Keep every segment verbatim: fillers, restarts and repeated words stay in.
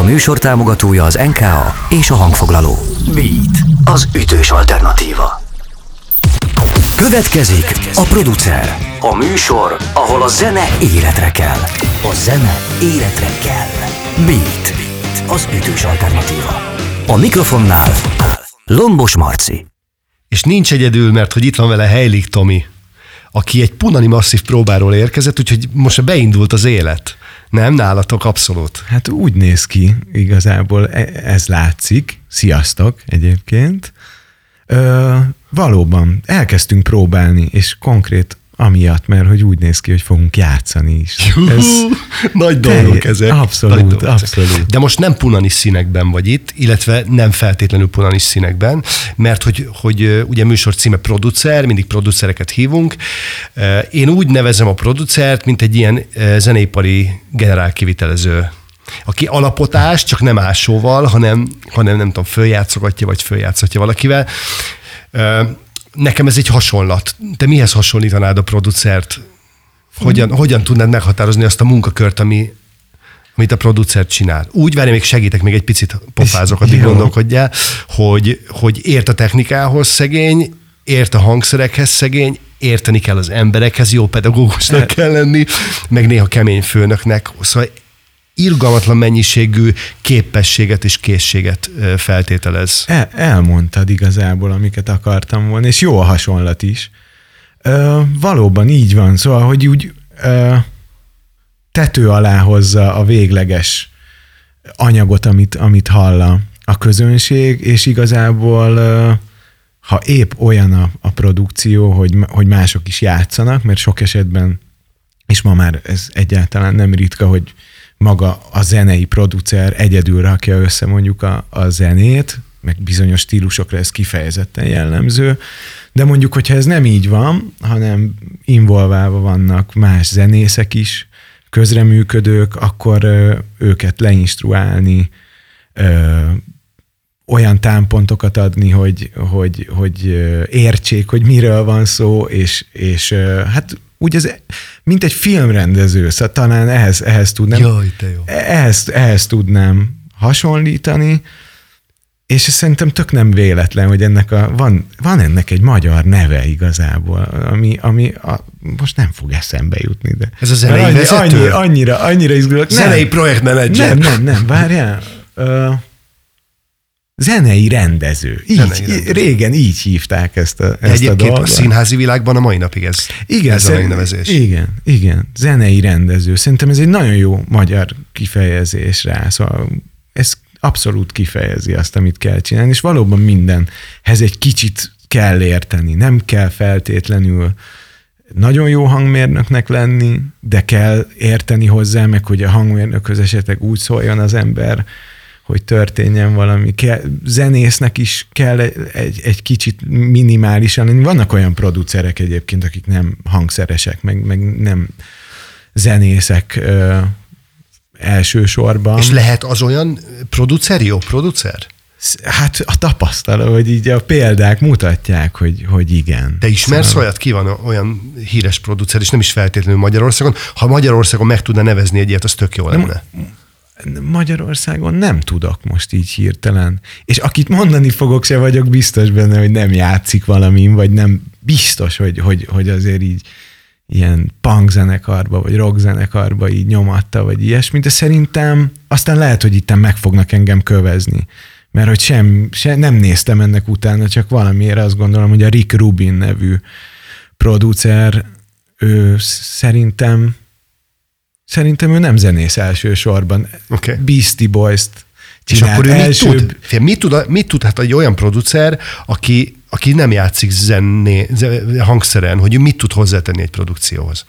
műsor támogatója az en ká á és a hangfoglaló. Beat, az ütős alternatíva. Következik a producer. A műsor, ahol a zene életre kell. A zene életre kell. Beat, az ütős alternatíva. A mikrofonnál Lombos Marci. És nincs egyedül, mert hogy itt van vele Heilig Tomi, aki egy Punani Masszív próbáról érkezett, úgyhogy most beindult az élet. Nem, nálatok abszolút. Hát úgy néz ki, igazából ez látszik. Sziasztok egyébként. Ö, valóban elkezdtünk próbálni, és konkrét amiatt, mert hogy úgy néz ki, hogy fogunk játszani is. Ez nagy dolgok ezek. Abszolút, dolgok abszolút. Ezek. De most nem punanis színekben vagy itt, illetve nem feltétlenül punanis színekben, mert hogy, hogy ugye műsor címe producer, mindig producereket hívunk. Én úgy nevezem a producert, mint egy ilyen zeneipari generálkivitelező, aki alapotás, csak nem ásóval, hanem, hanem nem tudom, följátszogatja, vagy följátszatja valakivel. Nekem ez egy hasonlat. Te mihez hasonlítanád a producert? Hogyan, hmm. hogyan tudnád meghatározni azt a munkakört, ami, amit a producer csinál? Úgy, várj, még segítek, még egy picit pofázok, addig gondolkodjál, hogy, hogy ért a technikához szegény, ért a hangszerekhez szegény, érteni kell az emberekhez, jó pedagógusnak e- kell lenni, meg néha kemény főnöknek. Szóval irgalmatlan mennyiségű képességet és készséget feltételez. El, elmondtad igazából, amiket akartam volna, és jó a hasonlat is. Ö, valóban így van, szóval, hogy úgy ö, tető alá hozza a végleges anyagot, amit, amit hall a, a közönség, és igazából ö, ha épp olyan a, a produkció, hogy, hogy mások is játszanak, mert sok esetben, és ma már ez egyáltalán nem ritka, hogy maga a zenei producer egyedül rakja össze mondjuk a, a zenét, meg bizonyos stílusokra ez kifejezetten jellemző, de mondjuk, hogyha ez nem így van, hanem involválva vannak más zenészek is, közreműködők, akkor ö, őket leinstruálni, ö, olyan támpontokat adni, hogy, hogy, hogy értsék, hogy miről van szó, és, és ö, hát úgy ez, mint egy filmrendező, szóval talán ehhez, ehhez tudnám, Jaj, te jó. Ehhez, ehhez tudnám hasonlítani, és szerintem tök nem véletlen, hogy ennek a, van, van ennek egy magyar neve igazából, ami, ami a, most nem fog eszembe jutni, de... Ez a zenei annyi, vezető? Annyira, annyira, annyira izgulok. Zenei projektmenedzser. Nem, nem, nem, várjál. Uh, Zenei rendező. Így, Zenei rendező. Régen így hívták ezt a, ezt Egyébként a dolgot. a színházi világban a mai napig ez, igen, ez a megnevezés. Igen, igen. Zenei rendező. Szerintem ez egy nagyon jó magyar kifejezés rá. Szóval ez abszolút kifejezi azt, amit kell csinálni, és valóban mindenhez egy kicsit kell érteni. Nem kell feltétlenül nagyon jó hangmérnöknek lenni, de kell érteni hozzá, meg hogy a hangmérnökhöz esetleg úgy szóljon az ember, hogy történjen valami. Kell, zenésznek is kell egy, egy kicsit minimálisan lenni. Vannak olyan producerek egyébként, akik nem hangszeresek, meg, meg nem zenészek ö, elsősorban. És lehet az olyan producer, jó producer? Hát a tapasztalat, hogy így a példák mutatják, hogy, hogy igen. Te ismersz szóval... olyat, ki van olyan híres producer, és nem is feltétlenül Magyarországon. Ha Magyarországon meg tudna nevezni egy ilyet, az tök jó lenne. Magyarországon nem tudok most így hirtelen. És akit mondani fogok, se vagyok biztos benne, hogy nem játszik valamin, vagy nem biztos, hogy, hogy, hogy azért így ilyen punk zenekarba, vagy rock zenekarba így nyomatta, vagy ilyesmi, de szerintem aztán lehet, hogy itt meg fognak engem kövezni. Mert hogy sem, sem, nem néztem ennek utána, csak valamiért azt gondolom, hogy a Rick Rubin nevű producer, ő szerintem Szerintem ő nem zenész elsősorban. Okay. Beastie Boys-t csinál. És akkor ő első... mit tud? Fél, mit tud? Mit tudhat egy olyan producer, aki, aki nem játszik zené, hangszeren, hogy ő mit tud hozzátenni egy produkcióhoz?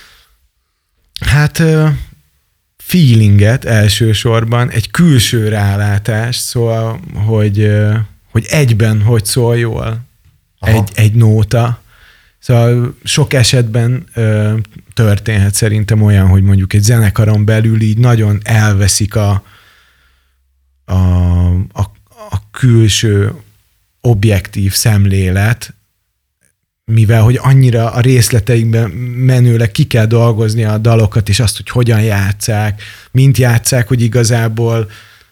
Hát feelinget elsősorban, egy külső rálátást, szóval, hogy, hogy egyben hogy szól jól egy, egy nóta. Szóval sok esetben ö, történhet szerintem olyan, hogy mondjuk egy zenekaron belül így nagyon elveszik a, a, a, a külső objektív szemlélet, mivel hogy annyira a részleteikben menőleg ki kell dolgozni a dalokat, és azt, hogy hogyan játsszák, mint játsszák, hogy igazából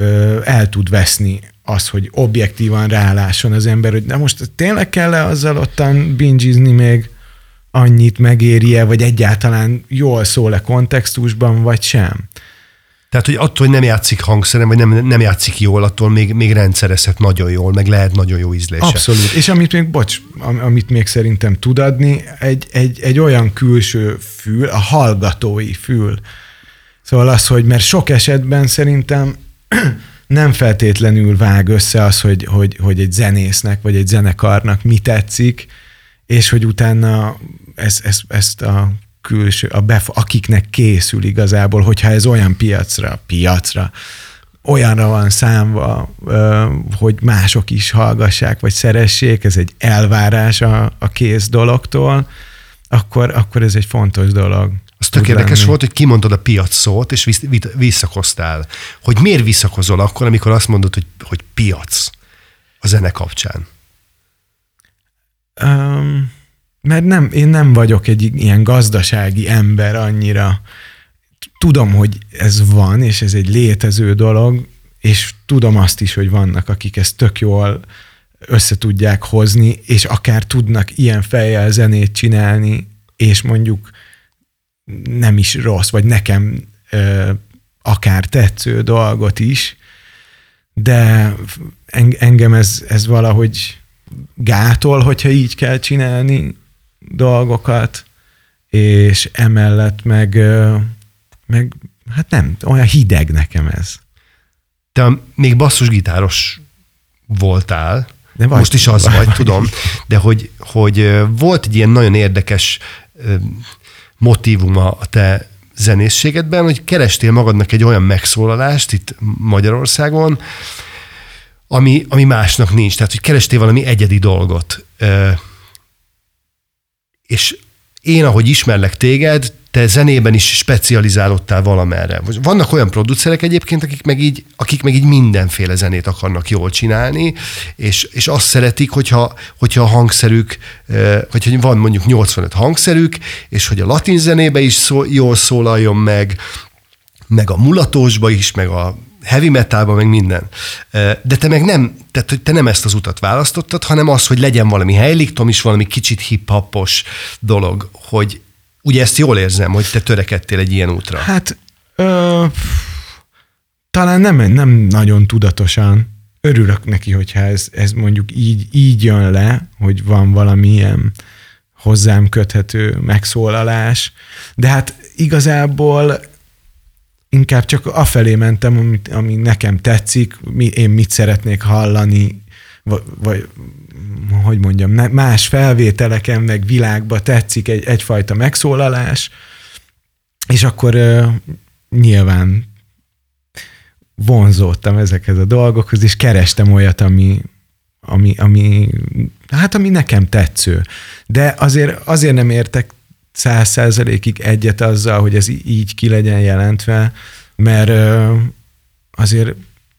el tud veszni az, hogy objektívan rálásson az ember, hogy de most tényleg kell-e azzal ottan bingizni még annyit, megéri-e, vagy egyáltalán jól szól-e kontextusban, vagy sem. Tehát, hogy attól, hogy nem játszik hangszeren, vagy nem, nem játszik jól, attól még, még rendszerezhet nagyon jól, meg lehet nagyon jó ízlése. Abszolút. És amit még, bocs, amit még szerintem tud adni, egy, egy, egy olyan külső fül, a hallgatói fül. Szóval az, hogy mert sok esetben szerintem nem feltétlenül vág össze az, hogy, hogy, hogy egy zenésznek, vagy egy zenekarnak mi tetszik, és hogy utána ezt, ezt, ezt a külső, a bef- akiknek készül igazából, hogyha ez olyan piacra, piacra, olyanra van számva, hogy mások is hallgassák, vagy szeressék, ez egy elvárás a, a kész dologtól, akkor, akkor ez egy fontos dolog. Az tök érdekes lenni. Volt, hogy kimondod a piac szót, és visszakoztál. Hogy miért visszakozol akkor, amikor azt mondod, hogy, hogy piac a zene kapcsán? Um, mert nem, én nem vagyok egy ilyen gazdasági ember annyira. Tudom, hogy ez van, és ez egy létező dolog, és tudom azt is, hogy vannak, akik ezt tök jól össze tudják hozni, és akár tudnak ilyen fejjel zenét csinálni, és mondjuk nem is rossz, vagy nekem ö, akár tetsző dolgot is, de engem ez, ez valahogy gátol, hogyha így kell csinálni dolgokat, és emellett meg, meg hát nem, olyan hideg nekem ez. Te még basszusgitáros voltál, de vagy, most is az vagy, vagy, tudom, de hogy, hogy volt egy ilyen nagyon érdekes motívuma a te zenészségedben, hogy kerestél magadnak egy olyan megszólalást itt Magyarországon, ami, ami másnak nincs. Tehát, hogy kerestél valami egyedi dolgot. És én, ahogy ismerlek téged, te zenében is specializálódtál valamerre. Vannak olyan producerek egyébként, akik meg így, akik meg így mindenféle zenét akarnak jól csinálni, és, és azt szeretik, hogyha, hogyha a hangszerük, hogyha van mondjuk nyolcvanöt hangszerük, és hogy a latin zenébe is szó, jól szólaljon meg, meg a mulatósba is, meg a heavy metalba, meg minden. De te meg nem, tehát hogy te nem ezt az utat választottad, hanem az, hogy legyen valami helyliktom is, valami kicsit hip-hopos dolog, hogy ugye ezt jól érzem, hogy te törekedtél egy ilyen útra. Hát ö, talán nem, nem nagyon tudatosan. Örülök neki, hogyha ez, ez mondjuk így, így jön le, hogy van valamilyen hozzám köthető megszólalás, de hát igazából inkább csak afelé mentem, ami, ami nekem tetszik, mi, én mit szeretnék hallani, vagy, vagy hogy mondjam, más felvételeken, meg világba tetszik egy, egyfajta megszólalás, és akkor uh, nyilván vonzódtam ezekhez a dolgokhoz, és kerestem olyat, ami, ami, ami, hát ami nekem tetsző. De azért, azért nem értek száz százalékig egyet azzal, hogy ez így ki legyen jelentve, mert uh, azért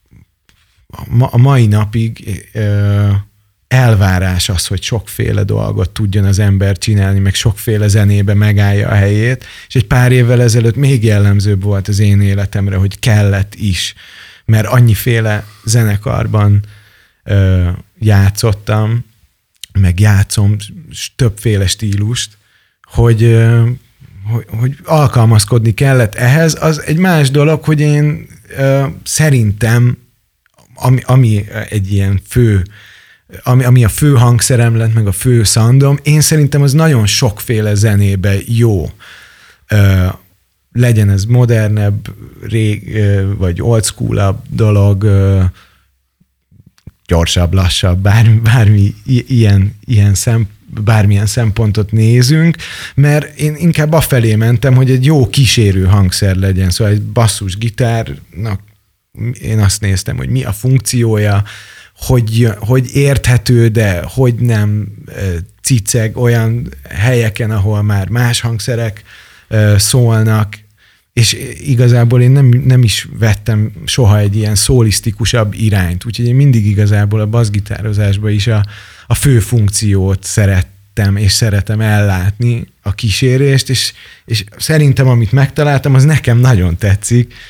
a mai napig uh, elvárás az, hogy sokféle dolgot tudjon az ember csinálni, meg sokféle zenébe megállja a helyét, és egy pár évvel ezelőtt még jellemzőbb volt az én életemre, hogy kellett is, mert annyiféle zenekarban ö, játszottam, meg játszom többféle stílust, hogy, ö, hogy, hogy alkalmazkodni kellett ehhez. Az egy más dolog, hogy én ö, szerintem, ami, ami egy ilyen fő Ami, ami a fő hangszerem lett, meg a fő szandom, én szerintem az nagyon sokféle zenébe jó. Ö, legyen ez modernebb, rég, ö, vagy old school-abb dolog, ö, gyorsabb, lassabb, bármi, bármi ilyen, ilyen szem, bármilyen szempontot nézünk, mert én inkább afelé mentem, hogy egy jó kísérő hangszer legyen. Szóval egy basszusgitárnak én azt néztem, hogy mi a funkciója, Hogy, hogy érthető, de hogy nem ciceg olyan helyeken, ahol már más hangszerek szólnak, és igazából én nem, nem is vettem soha egy ilyen szólisztikusabb irányt, úgyhogy én mindig igazából a basszgitározásban is a, a fő funkciót szerettem, és szeretem ellátni, a kísérést, és, és szerintem amit megtaláltam, az nekem nagyon tetszik,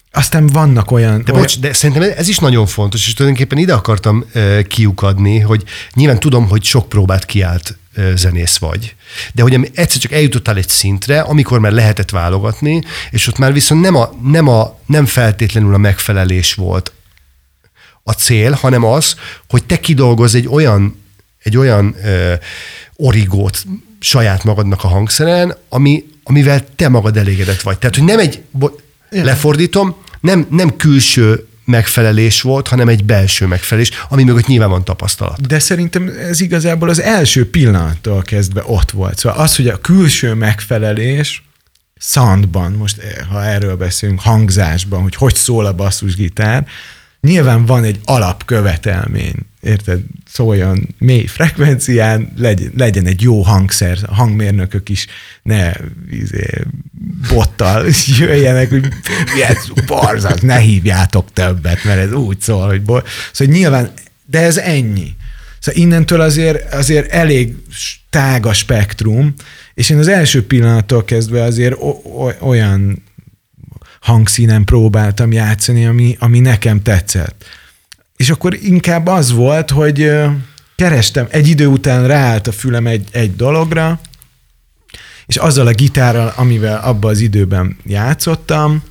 Aztán vannak olyan... De olyan... bocs, de szerintem ez is nagyon fontos, és tulajdonképpen ide akartam uh, kiukadni, hogy nyilván tudom, hogy sok próbát kiállt uh, zenész vagy, de hogy egyszer csak eljutottál egy szintre, amikor már lehetett válogatni, és ott már viszont nem, a, nem, a, nem feltétlenül a megfelelés volt a cél, hanem az, hogy te kidolgozz egy olyan, egy olyan uh, origót saját magadnak a hangszeren, ami, amivel te magad elégedett vagy. Tehát, hogy nem egy... Bo- Lefordítom, nem, nem külső megfelelés volt, hanem egy belső megfelelés, ami mögött nyilván van tapasztalat. De szerintem ez igazából az első pillanattól kezdve ott volt. Szóval az, hogy a külső megfelelés soundban, most ha erről beszélünk, hangzásban, hogy hogy szól a basszusgitár, nyilván van egy alapkövetelmény, érted? Szóljon mély frekvencián, legyen, legyen egy jó hangszer, a hangmérnökök is ne izé, bottal jöjjenek, hogy barzat, ne hívjátok többet, mert ez úgy szól, hogy bo- szóval nyilván, de ez ennyi. Szóval innentől azért, azért elég tág a spektrum, és én az első pillanattól kezdve azért o- o- olyan hangszínen próbáltam játszani, ami, ami nekem tetszett. És akkor inkább az volt, hogy kerestem, egy idő után ráállt a fülem egy, egy dologra, és azzal a gitárral, amivel abban az időben játszottam,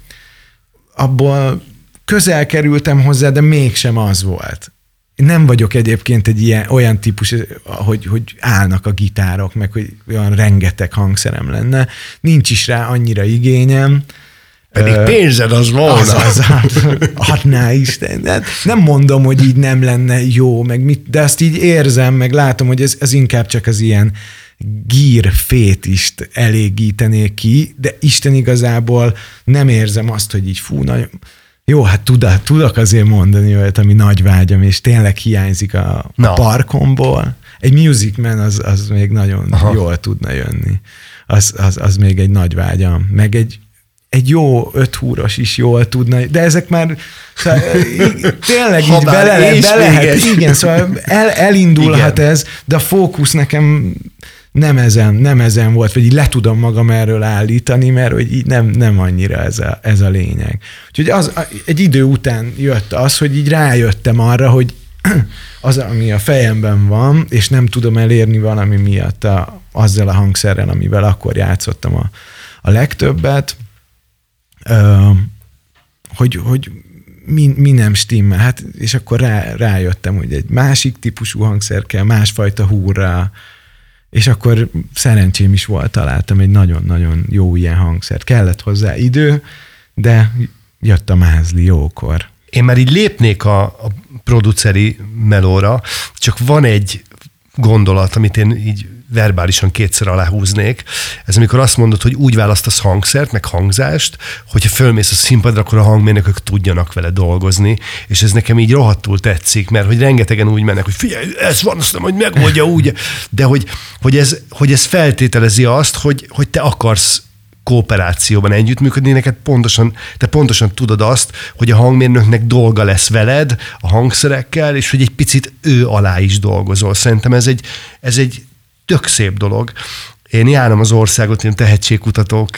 abból közel kerültem hozzá, de mégsem az volt. Én nem vagyok egyébként egy ilyen, olyan típus, hogy, hogy állnak a gitárok, meg hogy olyan rengeteg hangszerem lenne. Nincs is rá annyira igényem. Pedig pénzed az volna. Az, az, az, adná Isten. De nem mondom, hogy így nem lenne jó, meg mit, de azt így érzem, meg látom, hogy ez, ez inkább csak az ilyen gír fétist elégítené ki, de Isten igazából nem érzem azt, hogy így fú, nagyon... Jó, hát tudok, tudok azért mondani olyat, ami nagy vágyam, és tényleg hiányzik a, a parkomból. Egy Music Man az, az még nagyon Aha. jól tudna jönni. Az, az, az még egy nagy vágyam. Meg egy egy jó öthúros is jól tudna, de ezek már szóval, tényleg így bele, be lehet, igen, szóval el, elindulhat igen. ez, de a fókusz nekem nem ezen, nem ezen volt, vagy így le tudom magam erről állítani, mert hogy így nem, nem annyira ez a, ez a lényeg. Úgyhogy az, egy idő után jött az, hogy így rájöttem arra, hogy az, ami a fejemben van, és nem tudom elérni valami miatt a, azzal a hangszerrel, amivel akkor játszottam a, a legtöbbet, Uh, hogy, hogy mi, mi nem stimmel. Hát, és akkor rá, rájöttem, hogy egy másik típusú hangszer kell, másfajta húrra, és akkor szerencsém is volt, találtam egy nagyon-nagyon jó ilyen hangszert. Kellett hozzá idő, de jött a mázli jókor. Én már így lépnék a, a produceri melóra, csak van egy gondolat, amit én így verbálisan kétszer aláhúznék. Ez amikor azt mondod, hogy úgy választasz hangszert, meg hangzást, hogyha fölmész a színpadra, akkor a hangmérnökök tudjanak vele dolgozni, és ez nekem így rohadtul tetszik, mert hogy rengetegen úgy mennek, hogy figyelj, ez van, azt nem, hogy megoldja úgy, de hogy, hogy, ez, hogy ez feltételezi azt, hogy, hogy te akarsz kooperációban együttműködni, neked pontosan, te pontosan tudod azt, hogy a hangmérnöknek dolga lesz veled, a hangszerekkel, és hogy egy picit ő alá is dolgozol. Szerintem ez egy, ez egy tök szép dolog. Én járom az országot, én tehetségkutatók,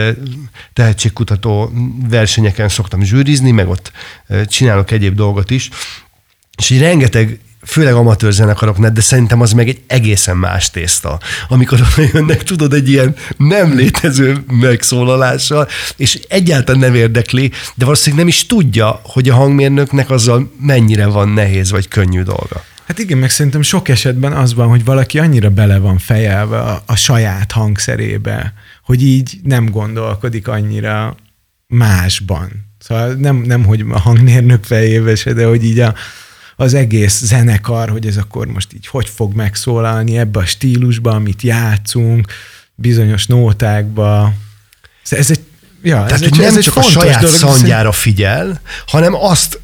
tehetségkutató versenyeken szoktam zsűrizni, meg ott csinálok egyéb dolgot is, és így rengeteg, főleg amatőr zenekaroknál, de szerintem az meg egy egészen más tészta. Amikor jönnek, tudod, egy ilyen nem létező megszólalással, és egyáltalán nem érdekli, de valószínűleg nem is tudja, hogy a hangmérnöknek azzal mennyire van nehéz vagy könnyű dolga. Hát igen, meg szerintem sok esetben az van, hogy valaki annyira bele van fejelve a, a saját hangszerébe, hogy így nem gondolkodik annyira másban. Szóval nem, nem hogy a hangmérnök fejébe se, de hogy így a, az egész zenekar, hogy ez akkor most így hogy fog megszólalni ebbe a stílusba, amit játszunk, bizonyos nótákba. Ez egy, ja, Tehát, ez egy, nem ez csak egy a saját dolog, szandjára figyel, hanem azt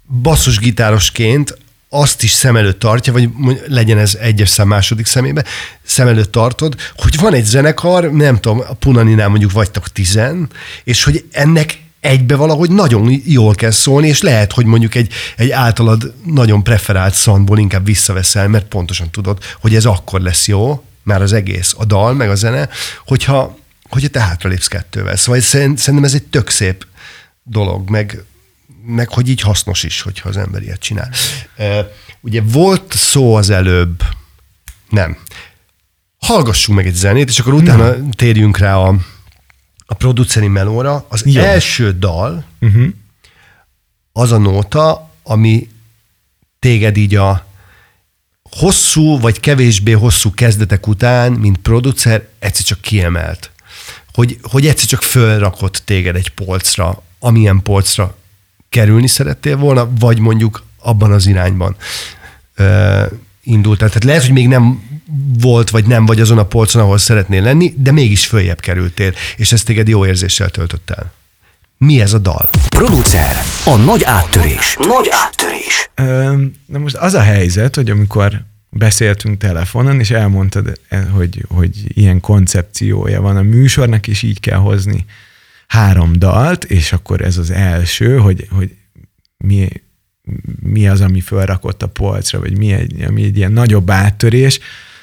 basszusgitárosként azt is szem előtt tartja, vagy legyen ez egyes szám második szemébe, szem előtt tartod, hogy van egy zenekar, nem tudom, a Punaninál mondjuk vagytok tizen, és hogy ennek egybe valahogy nagyon jól kell szólni, és lehet, hogy mondjuk egy, egy általad nagyon preferált szandból inkább visszaveszel, mert pontosan tudod, hogy ez akkor lesz jó, már az egész, a dal, meg a zene, hogyha, hogyha te hátralépsz kettővel. Szóval szerintem ez egy tök szép dolog, meg, meg hogy így hasznos is, hogyha az ember ilyet csinál. Ugye volt szó az előbb, nem, hallgassunk meg egy zenét, és akkor utána no. térjünk rá a, a produceri melóra. Az Jó. első dal uh-huh. az a nóta, ami téged így a hosszú, vagy kevésbé hosszú kezdetek után, mint producer, egyszer csak kiemelt. Hogy, hogy egyszer csak fölrakott téged egy polcra, amilyen polcra kerülni szerettél volna, vagy mondjuk abban az irányban ö, indultál. Tehát lehet, hogy még nem volt, vagy nem vagy azon a polcon, ahol szeretnél lenni, de mégis följebb kerültél, és ez téged jó érzéssel töltött el. Mi ez a dal? Producer, a nagy áttörés. Nagy áttörés. Na most az a helyzet, hogy amikor beszéltünk telefonon, és elmondtad, hogy, hogy ilyen koncepciója van a műsornak, és így kell hozni három dalt, és akkor ez az első, hogy, hogy mi, mi az, ami felrakott a polcra, vagy mi egy, ami egy ilyen nagyobb áttörés,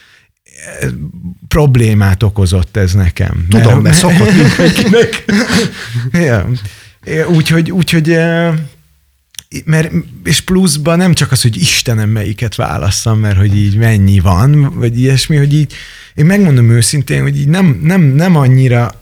problémát okozott ez nekem. Tudom, mert, mert szokott mindenkinek. Ja. Úgyhogy, úgyhogy mert, és pluszban nem csak az, hogy Istenem, melyiket válasszam, mert hogy így mennyi van, vagy ilyesmi, hogy így, én megmondom őszintén, hogy így nem, nem, nem annyira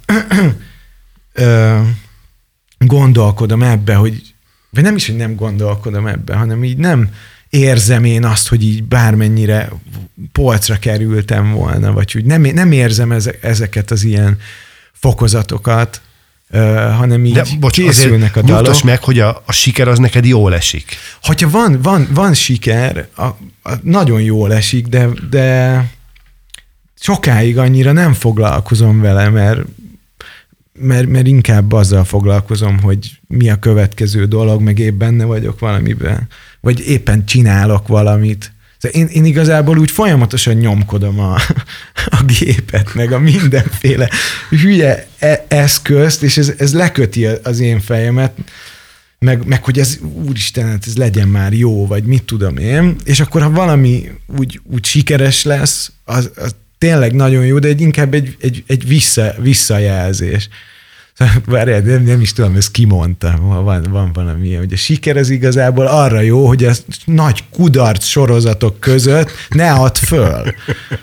ö, gondolkodom ebbe, hogy, vagy nem is, hogy nem gondolkodom ebbe, hanem így nem érzem én azt, hogy így bármennyire polcra kerültem volna, vagy hogy nem, nem érzem ezeket az ilyen fokozatokat, Uh, hanem így de, bocs, készülnek a dalok. Nyugtass meg, hogy a, a siker az neked jól esik. Hogyha van, van, van siker, a, a, nagyon jól esik, de, de sokáig annyira nem foglalkozom vele, mert, mert, mert inkább azzal foglalkozom, hogy mi a következő dolog, meg épp benne vagyok valamiben, vagy éppen csinálok valamit. Én, én igazából úgy folyamatosan nyomkodom a, a gépet, meg a mindenféle hülye eszközt, és ez, ez leköti az én fejemet, meg, meg hogy ez, úristen, ez legyen már jó, vagy mit tudom én, és akkor ha valami úgy, úgy sikeres lesz, az, az tényleg nagyon jó, de egy, inkább egy, egy, egy vissza, visszajelzés. Várjál, nem, nem is tudom, ezt kimondta, van, van valami, hogy a siker az igazából arra jó, hogy a nagy kudarc sorozatok között ne add föl.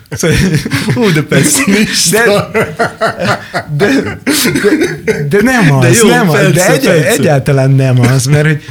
Hú, de pessimista. De, de, de, de nem az, de jó, nem persze, az, de egy, persze. egyáltalán nem az, mert hogy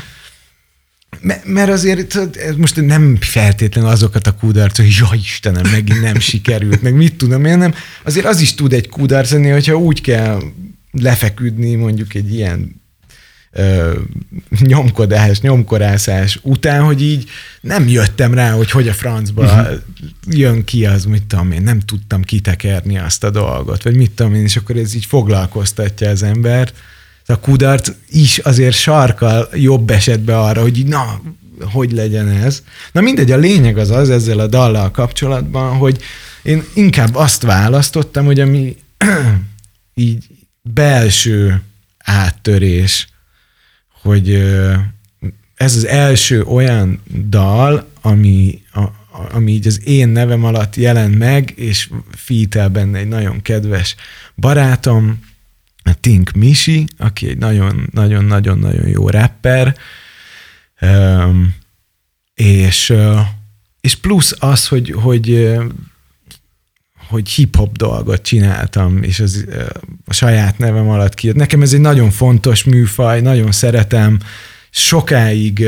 mert azért most nem feltétlenül azokat a kudarcok, hogy jaj Istenem, megint nem sikerült, meg mit tudom én, nem. Azért az is tud egy kudarc lenni, hogyha úgy kell lefeküdni mondjuk egy ilyen ö, nyomkodás, nyomkorászás után, hogy így nem jöttem rá, hogy hogy a francba uh-huh. jön ki az, mit tudom én, nem tudtam kitekerni azt a dolgot, vagy mit tudom én, és akkor ez így foglalkoztatja az embert. A kudarc is azért sarkal jobb esetben arra, hogy így, na, hogy legyen ez. Na mindegy, a lényeg az az ezzel a dallal kapcsolatban, hogy én inkább azt választottam, hogy ami így belső áttörés, hogy ez az első olyan dal, ami, a, ami így az én nevem alatt jelent meg, és featel benne egy nagyon kedves barátom, a Tink Misi, aki egy nagyon-nagyon-nagyon jó rapper, és, és plusz az, hogy, hogy hogy hip-hop dolgot csináltam, és az a saját nevem alatt kijött. Nekem ez egy nagyon fontos műfaj, nagyon szeretem. Sokáig,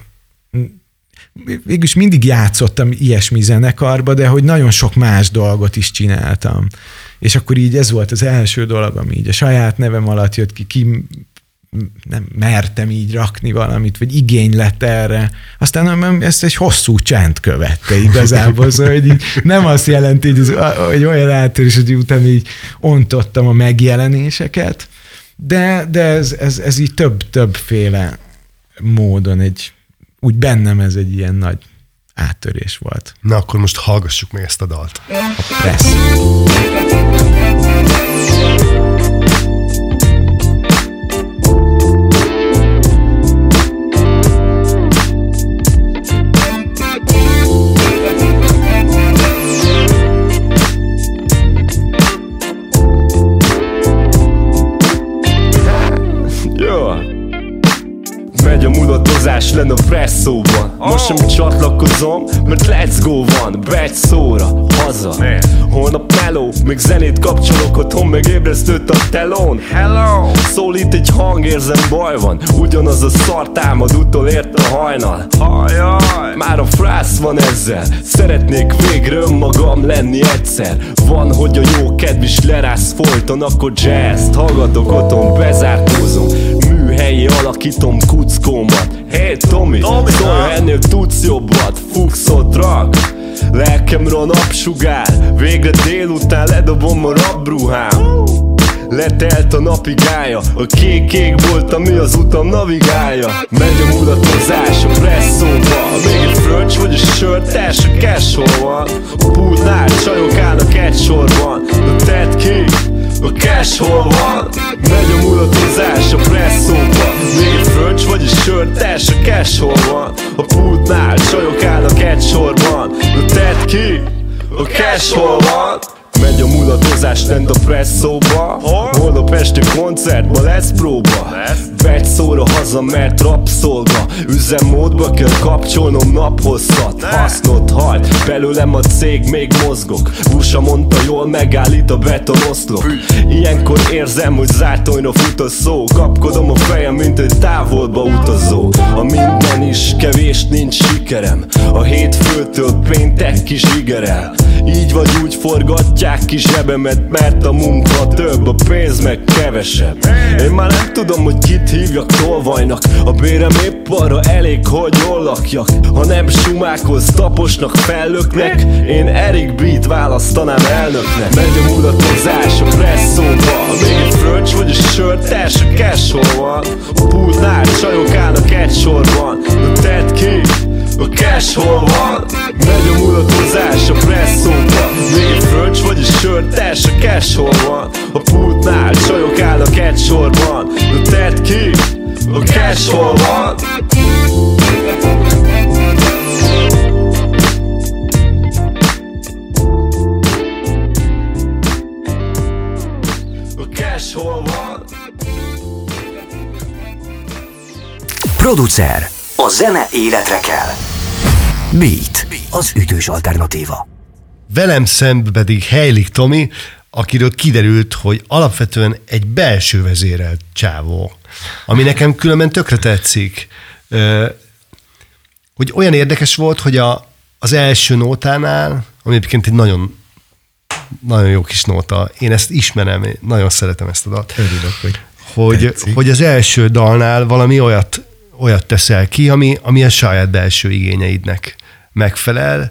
végülis mindig játszottam ilyesmi zenekarba, de hogy nagyon sok más dolgot is csináltam. És akkor így ez volt az első dolog, ami így a saját nevem alatt jött ki, ki nem mertem így rakni valamit, vagy igény lett erre. Aztán ezt egy hosszú csend követte igazából, szóval, hogy így nem azt jelenti, hogy, ez, hogy olyan áttörés, hogy utána így ontottam a megjelenéseket, de, de ez, ez, ez így több-többféle módon egy, úgy bennem ez egy ilyen nagy áttörés volt. Na akkor most hallgassuk meg ezt a dalt. A Pressz. Megy a mulatozás len a presszóban. Most sem csatlakozom, mert let's go van. Begy szóra, haza. Holnap meló, még zenét kapcsolok otthon, meg ébresztőt a telón. Hello! Szólít egy hang, érzem baj van. Ugyanaz a szar támad, utolért a hajnal. Ajaj! Már a frász van ezzel. Szeretnék végre önmagam lenni egyszer. Van, hogy a jó kedv is lerász folyton, akkor jazz-t hallgatok otthon, bezárkózom. Műhelyi alakítom kuckómat. Hey Tomi, Tomi szólj, ennél tudsz jobbat. Fuxot rak, lelkemre a napsugár. Végre délután ledobom a rabruhám. Letelt a napigája, a kék-kék volt, ami az utam navigálja. Megy a mulatozás a presszóba. Még egy fröccs vagy a sörtes, a cash hol van. A pultnál csajok állnak egy sorban. Na tedd ki, a cash hol van. Megy a mulatozás a presszóba. Még egy fröccs vagy a sörtes, a cash hol van. A pultnál csajok állnak egy sorban. Na tedd ki, a cash hol van. Megy a mulatozás lent a presszóba. Holnap este koncertba lesz próba. Begy szóra haza, mert rabszolga. Üzemmódba kell kapcsolnom naphosszat. Hasznot hajt, belőlem a cég, még mozgok. Busa mondta, jól megállít a betonoszlop. Ilyenkor érzem, hogy zátonyra fut a szó. Kapkodom a fejem, mint egy távolba utazó. A minden is kevés, nincs sikerem. A hétfőtől péntekig zsigerel. Így vagy úgy forgatják ki zsebemet, mert a munka több, a pénz meg kevesebb. Én már nem tudom, hogy kit hívjak tolvajnak. A bérem épp arra elég, hogy jól lakjak. Ha nem sumákolsz, taposnak, fellöknek. Én Eric B-t választanám elnöknek. Megy a mulatozás a presszóba. Még egy fröccs vagy a sörtes, a cash hol van. A pultnál csajok állnak egy sorban. Na tedd ki, a cash hol van. Megy a mulatozás a presszóba. Még egy fröccs vagy a sörtes, a cash hol van. A pultnál csajok állnak egy sorban. Na tedd ki, a cash hol van. A cash hol van. Producer. A zene életre kell. Beat. Az ütős alternatíva. Velem szemben pedig Heilig Tomi, akiről kiderült, hogy alapvetően egy belső vezérelt csávó, ami nekem különben tökre tetszik. Hogy olyan érdekes volt, hogy a, az első nótánál, ami egyébként egy nagyon, nagyon jó kis nóta, én ezt ismerem, én nagyon szeretem ezt a dalt. Örülök, hogy hogy, hogy az első dalnál valami olyat, olyat teszel ki, ami, ami a saját belső igényeidnek megfelel.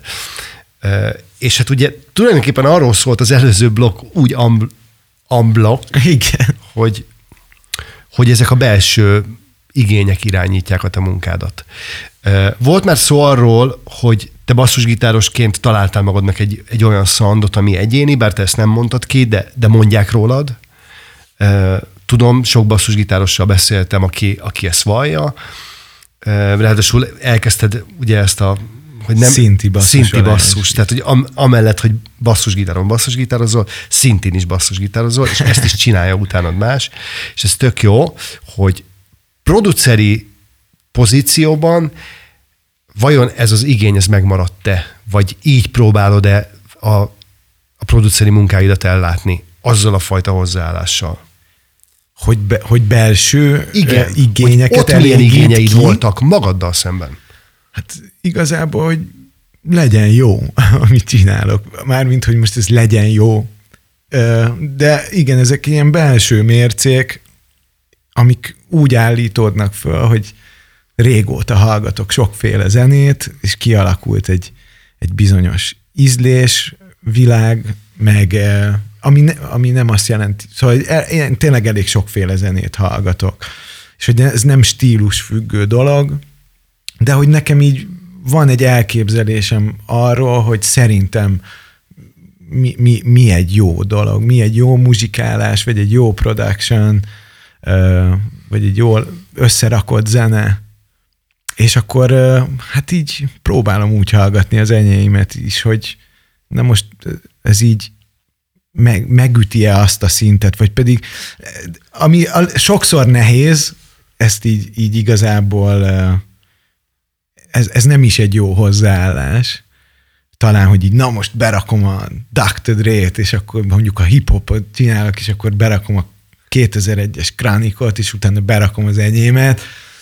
És hát ugye tulajdonképpen arról szólt az előző blokk úgy unblock, igen, hogy, hogy ezek a belső igények irányítják a te munkádat. Volt már szó arról, hogy te basszusgitárosként találtál magadnak egy, egy olyan soundot, ami egyéni, bár te ezt nem mondtad ki, de, de mondják rólad. Tudom, sok basszusgitárossal beszéltem, aki, aki ezt vallja. Ráadásul elkezdted ugye ezt a hogy nem, szinti basszus. Szinti basszus. Tehát, hogy am, amellett, hogy basszusgitáron basszusgitározol, szintén is basszusgitározol, és ezt is csinálja utánad más. És ez tök jó, hogy produceri pozícióban vajon ez az igény, ez megmaradt-e? Vagy így próbálod-e a, a produceri munkáidat ellátni azzal a fajta hozzáállással? Hogy, be, hogy belső igen, igényeket hogy ott milyen igényeid ki? voltak magaddal szemben? Hát igazából, hogy legyen jó, amit csinálok. Mármint, hogy most ez legyen jó. De igen, ezek ilyen belső mércék, amik úgy állítódnak föl, hogy régóta hallgatok sokféle zenét, és kialakult egy, egy bizonyos ízlés, világ, meg ami, ne, ami nem azt jelenti. Szóval én tényleg elég sokféle zenét hallgatok. És hogy ez nem stílusfüggő dolog, de hogy nekem így van egy elképzelésem arról, hogy szerintem mi, mi, mi egy jó dolog, mi egy jó muzsikálás, vagy egy jó production, vagy egy jól összerakott zene. És akkor hát így próbálom úgy hallgatni az enyéimet is, hogy na most ez így meg, megüti-e azt a szintet, vagy pedig ami sokszor nehéz, ezt így, így igazából ez, ez nem is egy jó hozzáállás. Talán, hogy így na most berakom a doktor Dre-t, és akkor mondjuk a hip-hopot csinálok, és akkor berakom a kétezer-egyes Chronicot, és utána berakom az enyémet.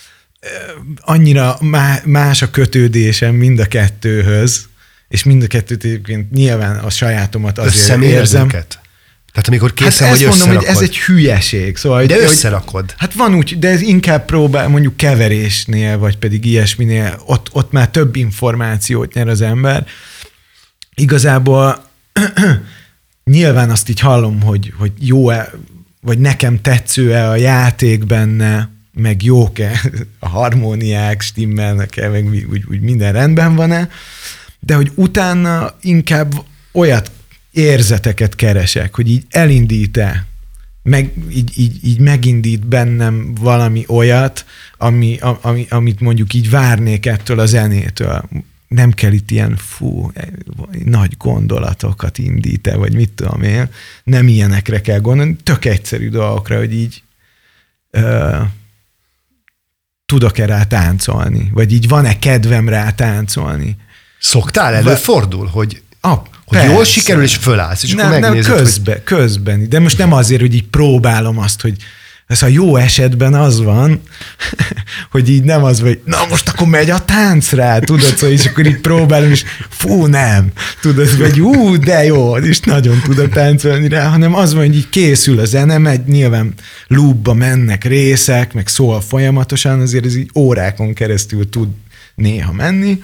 Annyira más a kötődésem mind a kettőhöz, és mind a kettőt egyébként nyilván a sajátomat azért érzem. Őket? Tehát amikor készen hát vagy, ezt mondom, összerakod. hogy ez egy hülyeség. Szóval, de hogy, összerakod. Hogy, hát van úgy, de ez inkább próbál, mondjuk keverésnél, vagy pedig ilyesminél, ott, ott már több információt nyer az ember. Igazából nyilván azt így hallom, hogy, hogy jó-e, vagy nekem tetsző-e a játék benne, meg jók-e a harmóniák, stimmelnek-e, meg úgy, úgy minden rendben van-e, de hogy utána inkább olyat érzeteket keresek, hogy így elindít-e, meg, így, így, így megindít bennem valami olyat, ami, ami, amit mondjuk így várnék ettől a zenétől. Nem kell itt ilyen fú, nagy gondolatokat indít-e, vagy mit tudom én. Nem ilyenekre kell gondolni, tök egyszerű dolgokra, hogy így uh, tudok-e rá táncolni, vagy így van-e kedvem rá táncolni. Szoktál? Előfordul, hogy, ah, hogy jól sikerül, és fölállsz, és nem, akkor megnézed, nem, közben, hogy... közben. De most nem azért, hogy így próbálom azt, hogy ez a jó esetben az van, hogy így nem az, hogy na most akkor megy a tánc rá, tudod, szóval, és akkor így próbálom, és fú, nem, tudod, vagy ú, de jó, és nagyon tudok táncolni rá, hanem az van, hogy így készül a zene, megy, nyilván loopba mennek részek, meg szól folyamatosan, azért ez így órákon keresztül tud néha menni,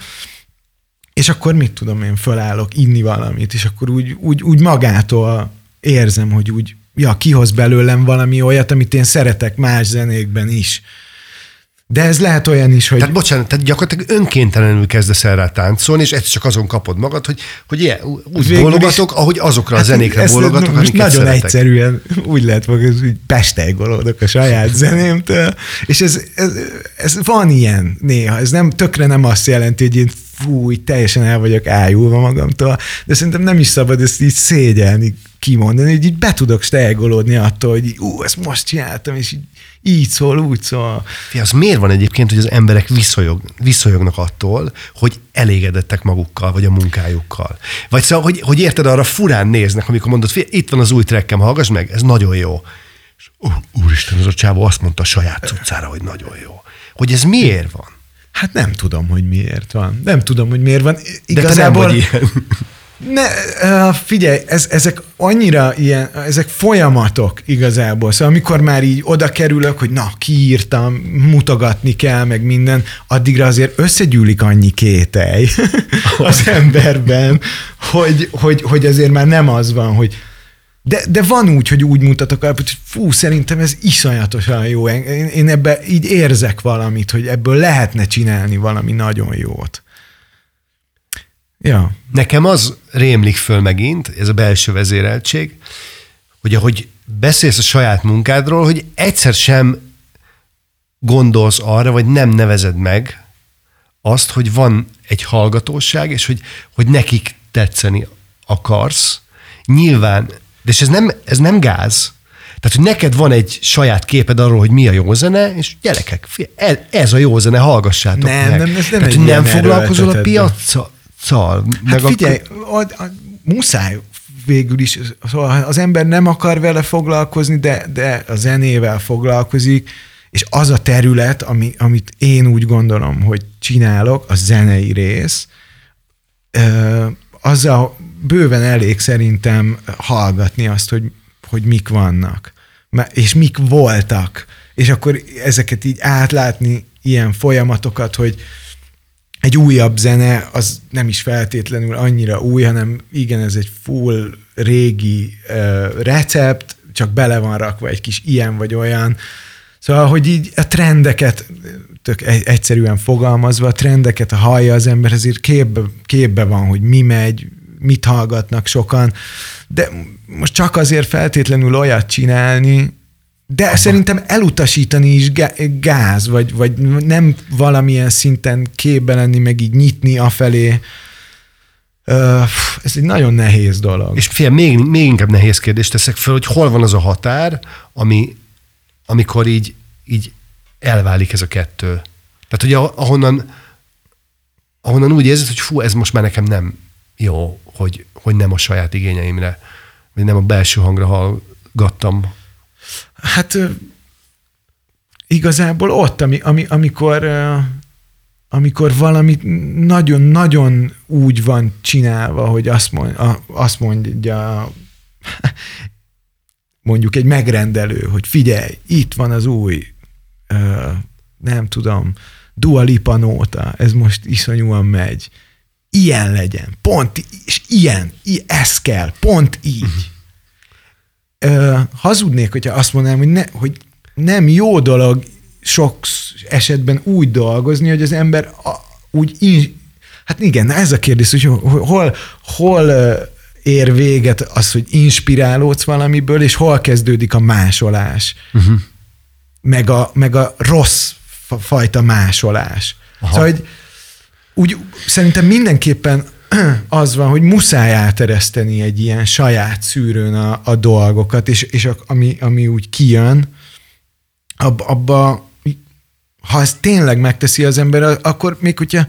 és akkor mit tudom én, fölállok inni valamit, és akkor úgy, úgy, úgy magától érzem, hogy úgy ja, kihoz belőlem valami olyat, amit én szeretek más zenékben is. De ez lehet olyan is, hogy... Tehát bocsánat, tehát gyakorlatilag önkéntelenül kezdesz el rá táncolni, és egyszer csak azon kapod magad, hogy, hogy ilyen, úgy végül bólogatok, is, ahogy azokra a zenékre hát bólogatok, amiket nagyon szeretek. Egyszerűen úgy lehet magad, hogy pestejgolódok a saját zenémtől, és ez, ez, ez van ilyen néha. Ez nem, tökre nem azt jelenti, hogy én fú, teljesen el vagyok ájulva magamtól, de szerintem nem is szabad ezt így szégyelni, kimondani, hogy így be tudok stejgolódni attól, hogy ú, ezt most csináltam, és így, így szól, úgy szól. Fia, az miért van egyébként, hogy az emberek viszonyog, viszonyognak attól, hogy elégedettek magukkal, vagy a munkájukkal? Vagy szóval, hogy, hogy érted, arra furán néznek, amikor mondod, fia, itt van az új trekkem, hallgass meg, ez nagyon jó. És, uh, úristen, az a csávó azt mondta a saját cuccára, hogy nagyon jó. Hogy ez miért van? Hát nem tudom, hogy miért van. Nem tudom, hogy miért van. Igazából... De te nem vagy ilyen. Ne, figyelj, ez, ezek annyira ilyen, ezek folyamatok igazából. Szóval amikor már így oda kerülök, hogy na, kiírtam, mutogatni kell, meg minden, addigra azért összegyűlik annyi kételj az emberben, hogy, hogy, hogy azért már nem az van, hogy de, de van úgy, hogy úgy mutatok el, hogy fú, szerintem ez iszonyatosan jó. Én, én ebben így érzek valamit, hogy ebből lehetne csinálni valami nagyon jót. Ja. Nekem az rémlik föl megint, ez a belső vezéreltség, hogy ahogy beszélsz a saját munkádról, hogy egyszer sem gondolsz arra, vagy nem nevezed meg azt, hogy van egy hallgatóság, és hogy, hogy nekik tetszeni akarsz. Nyilván, de ez nem, ez nem gáz. Tehát, hogy neked van egy saját képed arról, hogy mi a jó zene, és gyerekek, ez a jó zene, hallgassátok nem, meg. Nem, ez nem Tehát, egy nem foglalkozol a piaccal. Hát meg figyelj, a, a, muszáj végül is, szóval az ember nem akar vele foglalkozni, de, de a zenével foglalkozik, és az a terület, ami, amit én úgy gondolom, hogy csinálok, a zenei rész, azzal bőven elég szerintem hallgatni azt, hogy, hogy mik vannak, és mik voltak, és akkor ezeket így átlátni, ilyen folyamatokat, hogy egy újabb zene, az nem is feltétlenül annyira új, hanem igen, ez egy full régi uh, recept, csak bele van rakva egy kis ilyen vagy olyan. Szóval, hogy így a trendeket, tök egyszerűen fogalmazva, a trendeket, ha hallja az ember, azért képbe, képbe van, hogy mi megy, mit hallgatnak sokan, de most csak azért feltétlenül olyat csinálni, de Abba. Szerintem elutasítani is gáz, vagy, vagy nem valamilyen szinten képbe lenni, meg így nyitni afelé. Ez egy nagyon nehéz dolog. És figyelj, még, még inkább nehéz kérdést teszek fel, hogy hol van az a határ, ami, amikor így, így elválik ez a kettő. Tehát, hogy ahonnan, ahonnan úgy érzed, hogy fú, ez most már nekem nem jó, hogy, hogy nem a saját igényeimre, vagy nem a belső hangra hallgattam. Hát igazából ott, ami, ami, amikor, amikor valami nagyon-nagyon úgy van csinálva, hogy azt, mond, azt mondja mondjuk egy megrendelő, hogy figyelj, itt van az új, nem tudom, Dua Lipa nóta, ez most iszonyúan megy. Ilyen legyen, pont, és ilyen, ez kell, pont így. Uh-huh. Hazudnék, hogyha azt mondanám, hogy, ne, hogy nem jó dolog sok esetben úgy dolgozni, hogy az ember úgy, in, hát igen, ez a kérdés, hogy hol, hol ér véget az, hogy inspirálódsz valamiből, és hol kezdődik a másolás. Uh-huh. Meg, a, meg a rossz fajta másolás. Aha. Szóval, hogy úgy szerintem mindenképpen az van, hogy muszáj átereszteni egy ilyen saját szűrőn a, a dolgokat, és, és a, ami, ami úgy kijön, ab, abba, ha ezt tényleg megteszi az ember, akkor még hogyha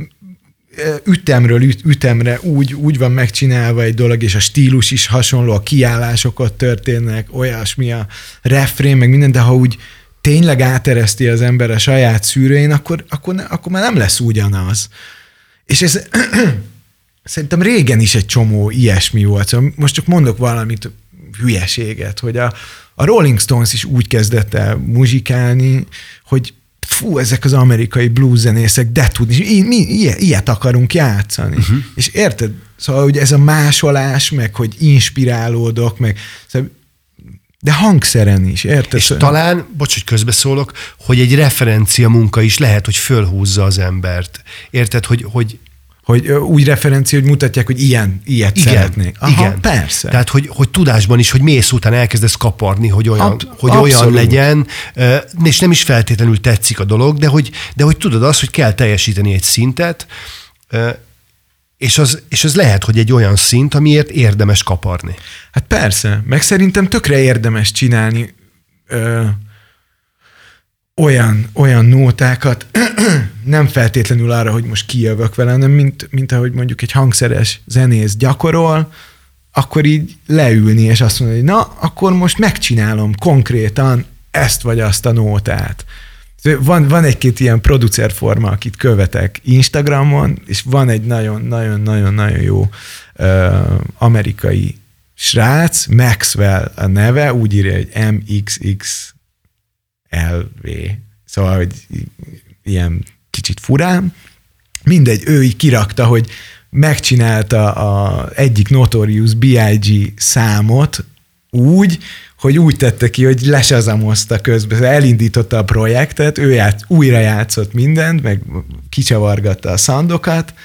ütemről üt, ütemre úgy, úgy van megcsinálva egy dolog, és a stílus is hasonló, a kiállások ott történnek, olyasmi a refrén, meg minden, de ha úgy tényleg átereszti az ember a saját szűrőjén, akkor, akkor, ne, akkor már nem lesz ugyanaz. És ez szerintem régen is egy csomó ilyesmi volt. Szóval most csak mondok valamit, hülyeséget, hogy a, a Rolling Stones is úgy kezdett el muzsikálni, hogy fú, ezek az amerikai blues zenészek, de tudni, mi ilyet, ilyet akarunk játszani. Uh-huh. És érted? Szóval, hogy ez a másolás, meg hogy inspirálódok, meg szóval, de hangszeren is, érted? És talán, bocs, hogy közbeszólok, hogy egy referencia munka is lehet, hogy fölhúzza az embert. Érted, hogy... hogy Hogy úgy referencia, hogy mutatják, hogy ilyen, ilyet igen, szeretnék. Aha, igen, persze. Tehát, hogy, hogy tudásban is, hogy mész után elkezdesz kaparni, hogy olyan, Ab, hogy olyan legyen, és nem is feltétlenül tetszik a dolog, de hogy, de hogy tudod azt, hogy kell teljesíteni egy szintet, és az, és az lehet, hogy egy olyan szint, amiért érdemes kaparni. Hát persze, meg szerintem tökre érdemes csinálni ö, olyan, olyan nótákat, nem feltétlenül arra, hogy most kijövök vele, hanem mint, mint ahogy mondjuk egy hangszeres zenész gyakorol, akkor így leülni, és azt mondani, hogy na, akkor most megcsinálom konkrétan ezt vagy azt a nótát. Van, van egy-két ilyen producerforma, akit követek Instagramon, és van egy nagyon-nagyon-nagyon-nagyon jó uh, amerikai srác, Maxwell a neve, úgy írja, hogy em iksz iksz el vé. Szóval, hogy ilyen kicsit furán. Mindegy, ő így kirakta, hogy megcsinálta a egyik Notorious bé i gé számot úgy, hogy úgy tette ki, hogy lesazamozta közben, elindította a projektet, ő játsz, újra játszott mindent, meg kicsavargatta a szandokat,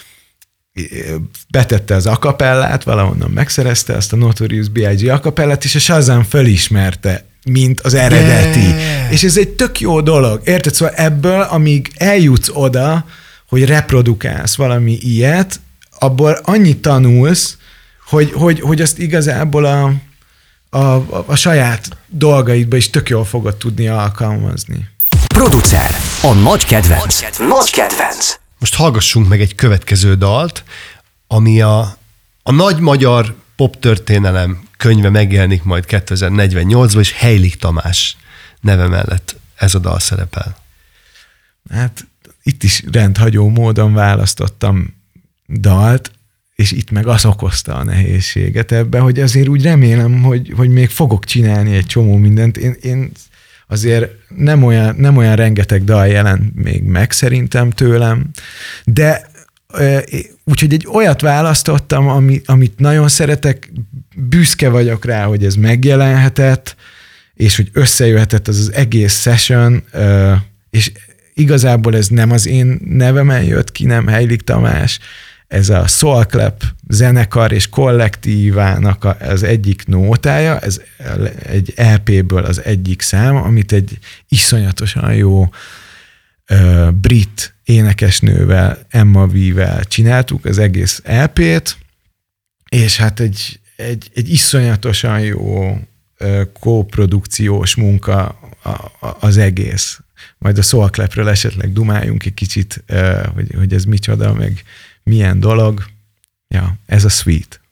betette az akapellát, valahonnan megszerezte azt a Notorious bé i gé akapellát, és a Shazam fölismerte, mint az eredeti. Yeah. És ez egy tök jó dolog. Érted? Szóval ebből, amíg eljutsz oda, hogy reprodukálsz valami ilyet, abból annyit tanulsz, hogy, hogy, hogy azt igazából a A, a, a saját dolgaidba is tök jól fogod tudni alkalmazni. Producer, a nagy kedvenc. Nagy kedvenc. Most hallgassunk meg egy következő dalt, ami a, a nagy magyar poptörténelem könyve megjelenik majd kétezer-negyvennyolcban, és Heilig Tamás neve mellett ez a dal szerepel. Hát itt is rendhagyó módon választottam dalt, és itt meg az okozta a nehézséget ebbe, hogy azért úgy remélem, hogy, hogy még fogok csinálni egy csomó mindent. Én, én azért nem olyan, nem olyan rengeteg dal jelent még meg szerintem tőlem, de úgyhogy egy olyat választottam, ami, amit nagyon szeretek, büszke vagyok rá, hogy ez megjelenhetett, és hogy összejöhetett az az egész session, és igazából ez nem az én nevemen jött ki, nem Heilig Tamás, ez a Soul Clap zenekar és kollektívának az egyik nótája, ez egy é péből az egyik szám, amit egy iszonyatosan jó uh, brit énekesnővel, Emma V-vel csináltuk az egész é pét, és hát egy, egy, egy iszonyatosan jó uh, kóprodukciós munka a, a, az egész. majd a Soul Clapről esetleg dumáljunk egy kicsit, hogy, hogy ez micsoda, meg milyen dolog. Ja, ez a Sweet.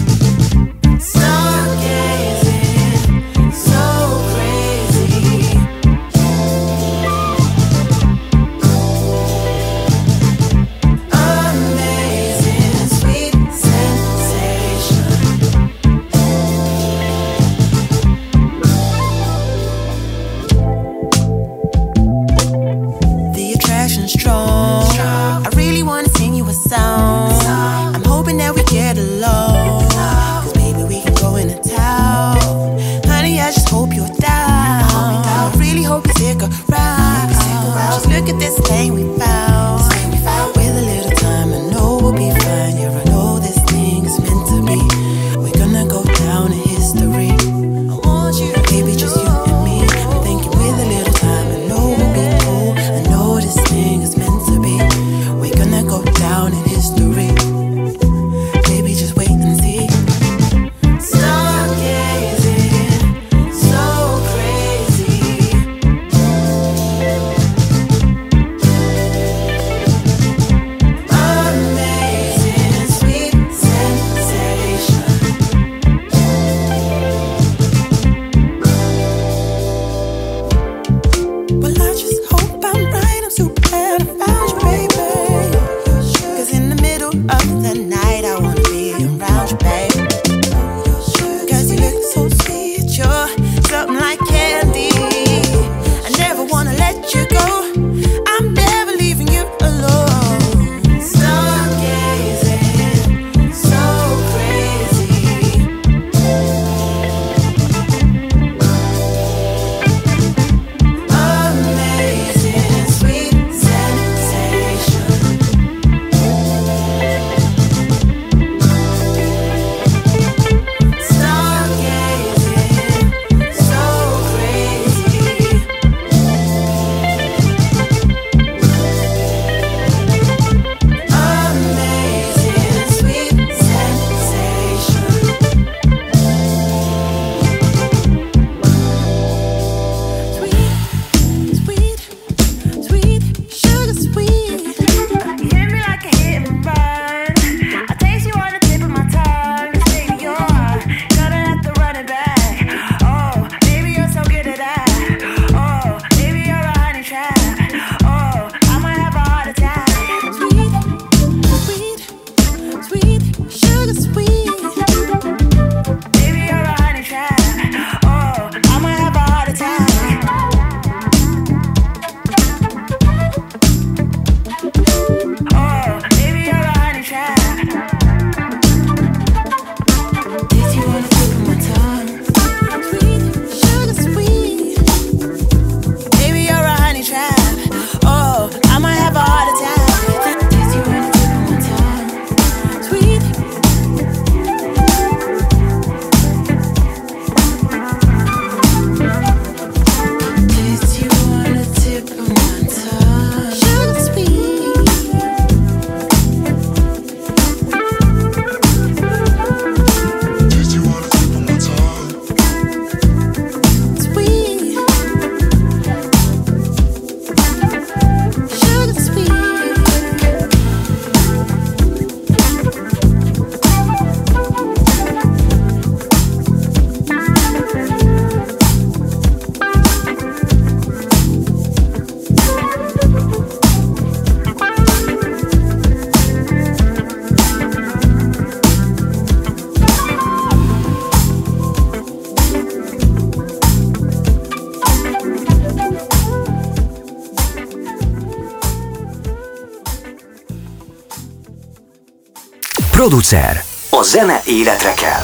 Producer. A zene életre kell.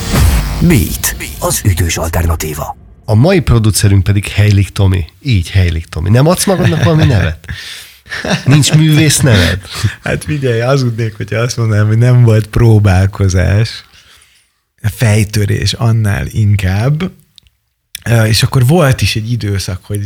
Beat. Az ütős alternatíva. A mai producerünk pedig Heilig Tomi. Így Heilig Tomi. Nem adsz magadnak valami nevet? Nincs művész neved? Hát figyelj, hazudnék, hogyha azt mondanám, hogy nem volt próbálkozás. Fejtörés annál inkább. És akkor volt is egy időszak, hogy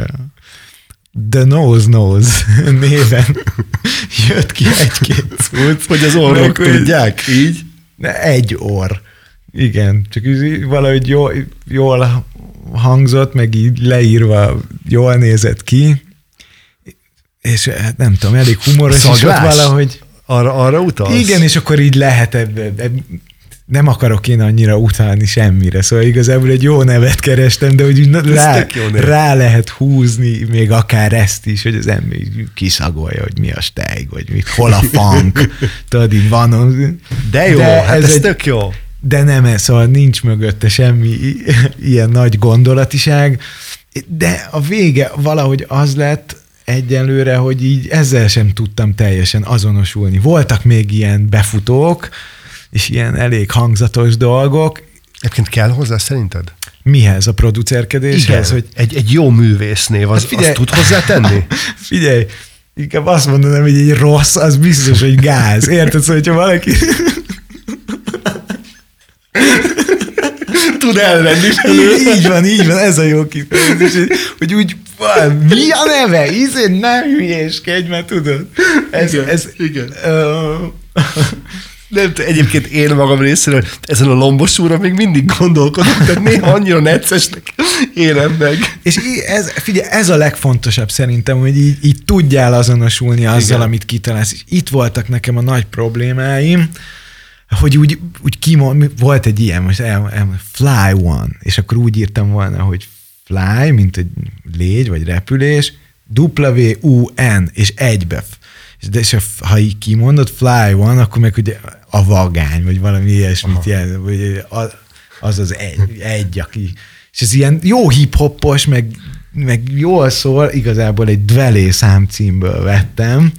The Nose Nose néven jött ki egy-két cucc. Hogy az orrok tudják, így? Egy orr. Igen, csak valahogy jól, jól hangzott, meg így leírva jól nézett ki, és hát nem tudom, elég humoros is volt valahogy. Arra, arra utalsz? Igen, és akkor így lehet ebbe, nem akarok én annyira utalni semmire, szóval igazából egy jó nevet kerestem, de hogy rá, rá lehet húzni még akár ezt is, hogy az ember kiszagolja, hogy mi a steg, vagy mit, hol a funk, tudod, így van. De jó, de hát ez, ez egy, tök jó. De nem ez, szóval nincs mögötte semmi ilyen nagy gondolatiság, de a vége valahogy az lett egyelőre, hogy így ezzel sem tudtam teljesen azonosulni. Voltak még ilyen befutók, és ilyen elég hangzatos dolgok. Egyébként kell hozzá szerinted? Mihez? A producerkedéshez? Hogy... Egy, egy jó művésznév, az, hát figyelj, azt tud hozzá tenni? Figyelj, inkább azt mondanám, hogy egy rossz, az biztos, hogy gáz. Érted? Szóval, hogyha valaki... tud elvenni. Így van, így van, ez a jó kifejezés, hogy, hogy úgy, mi a neve? Ízén nem hülyéskedj, mert tudod. Ez, igen, ez, igen. Uh... Nem, egyébként én magam részéről ezen a lombos úrra még mindig gondolkodok, tehát néha annyira neccesnek élem meg. És ez, figyelj, ez a legfontosabb szerintem, hogy így, így tudjál azonosulni azzal, igen, amit kitalálsz. És itt voltak nekem a nagy problémáim, hogy úgy, úgy kimond, volt egy ilyen, most el, el, fly one, és akkor úgy írtam volna, hogy fly, mint egy légy, vagy repülés, W U N, és egybe. De és ha így kimondod, fly one, akkor meg ugye a vagány, vagy valami ilyesmit jelent, vagy az az egy, egy, aki... És ez ilyen jó hip-hoppos, meg, meg jól szól, igazából egy Dvelé számcímből vettem,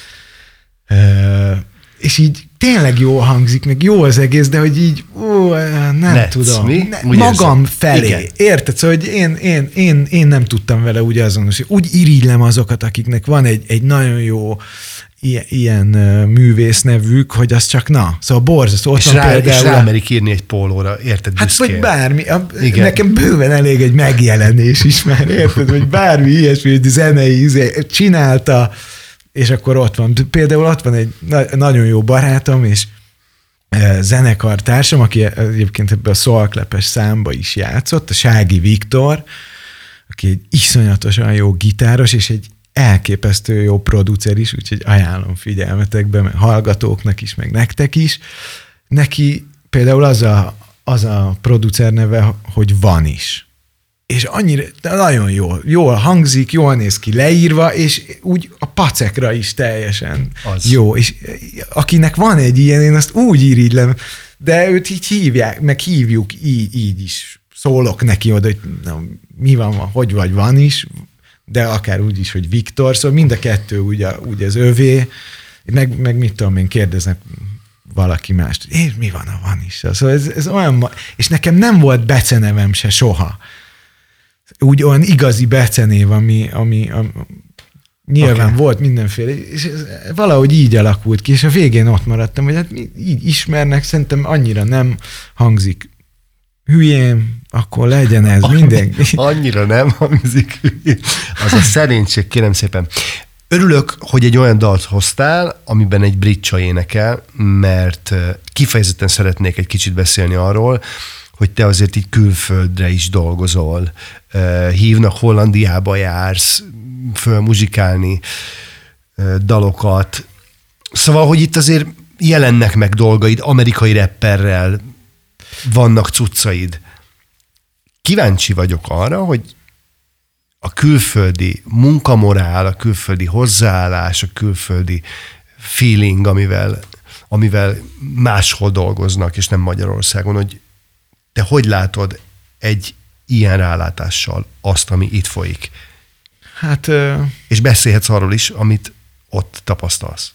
és így tényleg jól hangzik, meg jó az egész, de hogy így, ó, nem Let's, tudom, mi? Ne, magam érzem? Felé. Igen. Érted? Szóval, hogy én, én, én, én nem tudtam vele úgy azonosulni. Úgy irigylem azokat, akiknek van egy, egy nagyon jó ilyen, ilyen művésznevük, hogy az csak na. Szóval borzasztó. És rá, és rá merik írni egy pólóra, érted? Hát vagy bármi. A, nekem bőven elég egy megjelenés is már, érted? Vagy bármi ilyesmi, hogy zenei csinálta, és akkor ott van. Például ott van egy nagyon jó barátom, és zenekartársam, aki egyébként ebben a szolklepes számba is játszott, a Sági Viktor, aki egy iszonyatosan jó gitáros, és egy elképesztő jó producer is, úgyhogy ajánlom figyelmetekbe, meg hallgatóknak is, meg nektek is. Neki például az a, az a producer neve, hogy Van is. És annyira, nagyon jól, jól hangzik, jól néz ki leírva, és úgy a pacekra is teljesen az jó. És akinek van egy ilyen, én azt úgy irigylem, de őt így hívják, meg hívjuk így, így is. Szólok neki oda, hogy na, mi van, hogy vagy Van is, de akár úgy is, hogy Viktor, szóval mind a kettő úgy, a, úgy az övé, meg, meg mit tudom én, kérdeznek valaki mást, és mi van a Van is? Szóval ez, ez olyan, és nekem nem volt becenevem se soha. Úgy olyan igazi becenév, ami, ami, ami nyilván okay. Volt mindenféle, és ez valahogy így alakult ki, és a végén ott maradtam, hogy hát így ismernek, szerintem annyira nem hangzik hülyén, akkor legyen ez minden. Annyira nem hangzik hülyén. Az a szerénység, kérem szépen. Örülök, hogy egy olyan dalt hoztál, amiben egy brit csaj énekel, mert kifejezetten szeretnék egy kicsit beszélni arról, hogy te azért így külföldre is dolgozol, hívnak, Hollandiába jársz, fölmuzsikálni dalokat. Szóval, hogy itt azért jelennek meg dolgaid, amerikai rapperrel vannak cuccaid. Kíváncsi vagyok arra, hogy a külföldi munkamorál, a külföldi hozzáállás, a külföldi feeling, amivel, amivel máshol dolgoznak, és nem Magyarországon, hogy te hogy látod egy ilyen rálátással azt, ami itt folyik? Hát... Uh, és beszélhetsz arról is, amit ott tapasztalsz.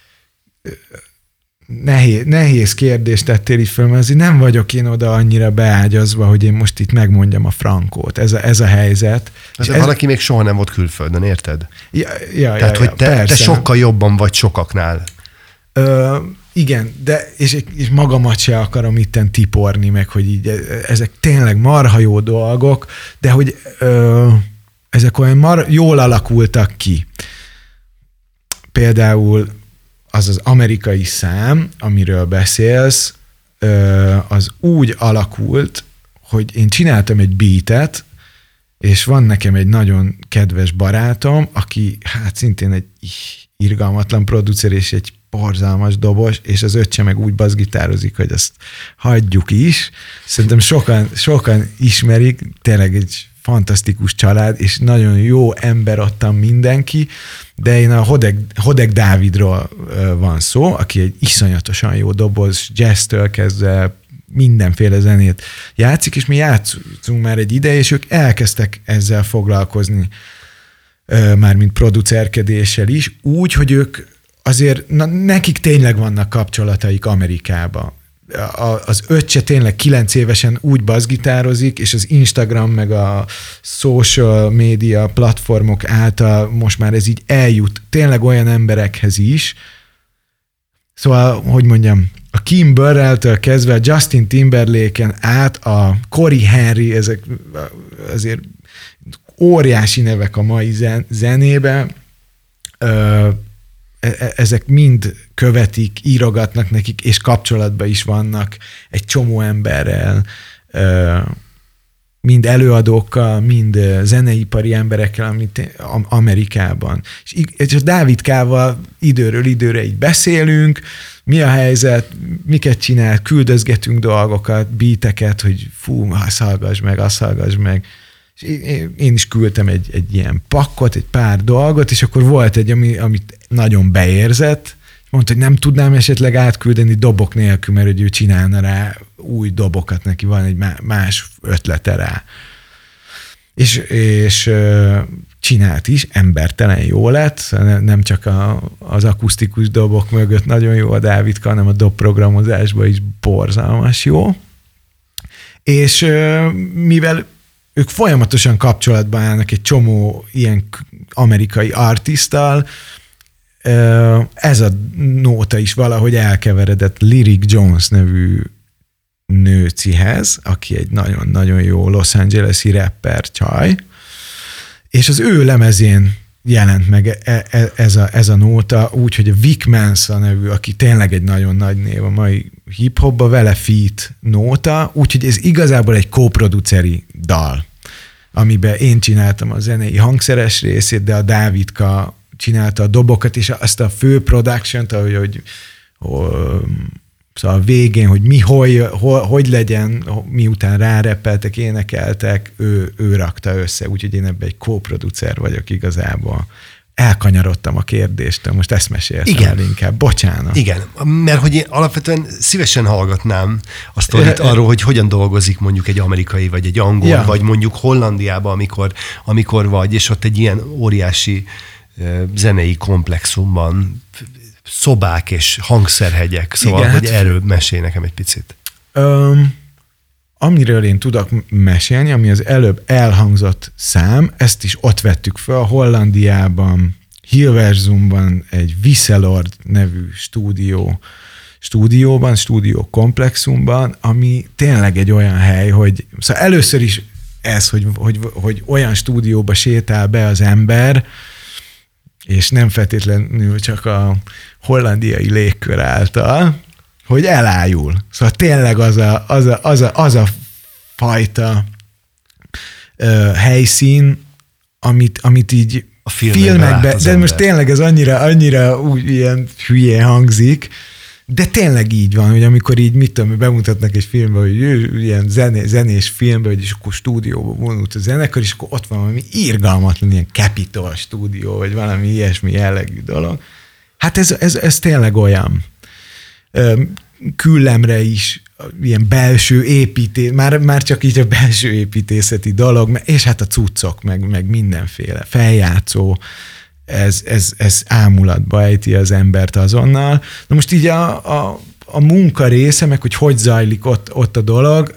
Nehéz, nehéz kérdést tettél így föl, mert azért nem vagyok én oda annyira beágyazva, hogy én most itt megmondjam a frankót. Ez a, ez a helyzet. Ez ez valaki még soha nem volt külföldön, érted? Ja, ja, Tehát, ja, hogy te, ja, te sokkal jobban vagy sokaknál. Ö, igen, de és, és magamat se akarom itten tiporni, meg hogy így, ezek tényleg marha jó dolgok, de hogy ö, ezek olyan mar, jól alakultak ki. Például az az amerikai szám, amiről beszélsz, az úgy alakult, hogy én csináltam egy beatet, és van nekem egy nagyon kedves barátom, aki hát szintén egy irgalmatlan producer, és egy borzalmas dobos, és az öccse meg úgy bassgitározik, hogy azt hagyjuk is. Szerintem sokan, sokan ismerik, tényleg egy fantasztikus család, és nagyon jó ember ottan mindenki, de én a Hodeg, Hodeg Dávidról van szó, aki egy iszonyatosan jó doboz, jazztől kezdve mindenféle zenét játszik, és mi játszunk már egy ide, és ők elkezdtek ezzel foglalkozni, már mint producerkedéssel is, úgy, hogy ők azért, na, nekik tényleg vannak kapcsolataik Amerikába. Az öccse tényleg kilenc évesen úgy bassgitározik, és az Instagram meg a social media platformok által most már ez így eljut tényleg olyan emberekhez is. Szóval, hogy mondjam, a Kim Burrell-től kezdve a Justin Timberlake-en át a Corey Henry, ezek azért óriási nevek a mai zen- zenében, ö, ezek mind követik, írogatnak nekik, és kapcsolatban is vannak egy csomó emberrel, mind előadókkal, mind zeneipari emberekkel, amit Amerikában. És a Dávidkával időről időre így beszélünk, mi a helyzet, miket csinál, küldözgetünk dolgokat, beateket, hogy fú, azt hallgass meg, azt hallgass meg. És én is küldtem egy, egy ilyen pakkot, egy pár dolgot, és akkor volt egy, ami, amit nagyon beérzett, mondta, hogy nem tudnám esetleg átküldeni dobok nélkül, mert hogy ő csinálna rá új dobokat, neki van egy más ötlete rá. És, és csinált is, embertelen jó lett, nem csak a, az akusztikus dobok mögött nagyon jó a Dávidka, hanem a dobprogramozásban is borzalmas jó. És mivel ők folyamatosan kapcsolatban állnak egy csomó ilyen amerikai artisttal, ez a nóta is valahogy elkeveredett Lyric Jones nevű nőcihez, aki egy nagyon-nagyon jó Los Angeles-i rapper csaj, és az ő lemezén jelent meg ez a, ez a nóta, úgy, hogy a Vic Mensa nevű, aki tényleg egy nagyon nagy név a mai hip-hopba, vele feat nóta, úgyhogy ez igazából egy kóproduceri dal, amiben én csináltam a zenei hangszeres részét, de a Dávidka csinálta a dobokat, és azt a fő production-t, ahogy, hogy, hogy szóval a végén, hogy mi, hogy, hogy legyen, miután rárepeltek, énekeltek, ő, ő rakta össze, úgyhogy én ebben egy kóproducer vagyok igazából. Elkanyarodtam a kérdést, most ezt meséltem Igen. el inkább. Bocsánat. Igen, mert hogy én alapvetően szívesen hallgatnám a sztorit arról, hogy hogyan dolgozik mondjuk egy amerikai, vagy egy angol, ja. vagy mondjuk Hollandiában, amikor, amikor vagy, és ott egy ilyen óriási zenei komplexumban szobák és hangszerhegyek, szóval, Igen, hogy hát, erről mesélj nekem egy picit. Um, amiről én tudok mesélni, ami az előbb elhangzott szám, ezt is ott vettük fel Hollandiában, Hilversumban egy Visselord nevű stúdió, stúdióban, stúdió komplexumban, ami tényleg egy olyan hely, hogy szóval először is ez, hogy, hogy, hogy olyan stúdióba sétál be az ember, és nem feltétlenül csak a hollandiai légkör által, hogy elájul. Szóval tényleg az a, az a, az a, az a fajta ö, helyszín, amit, amit így a filmekben, de most tényleg ez annyira, annyira úgy ilyen hülyén hangzik, de tényleg így van, hogy amikor így, mit tudom, bemutatnak egy filmbe, hogy ilyen zené, zenés filmbe, hogy és akkor stúdióba vonult a zenekar, és akkor ott van valami irgalmatlan ilyen Capitol stúdió, vagy valami ilyesmi jellegű dolog. Hát ez, ez, ez tényleg olyan. Küllemre is ilyen belső építés, már, már csak így a belső építészeti dolog, és hát a cuccok, meg, meg mindenféle feljátszó, ez, ez, ez ámulatba ejti az embert azonnal. Na most így a, a, a munka része, meg hogy hogy zajlik ott, ott a dolog,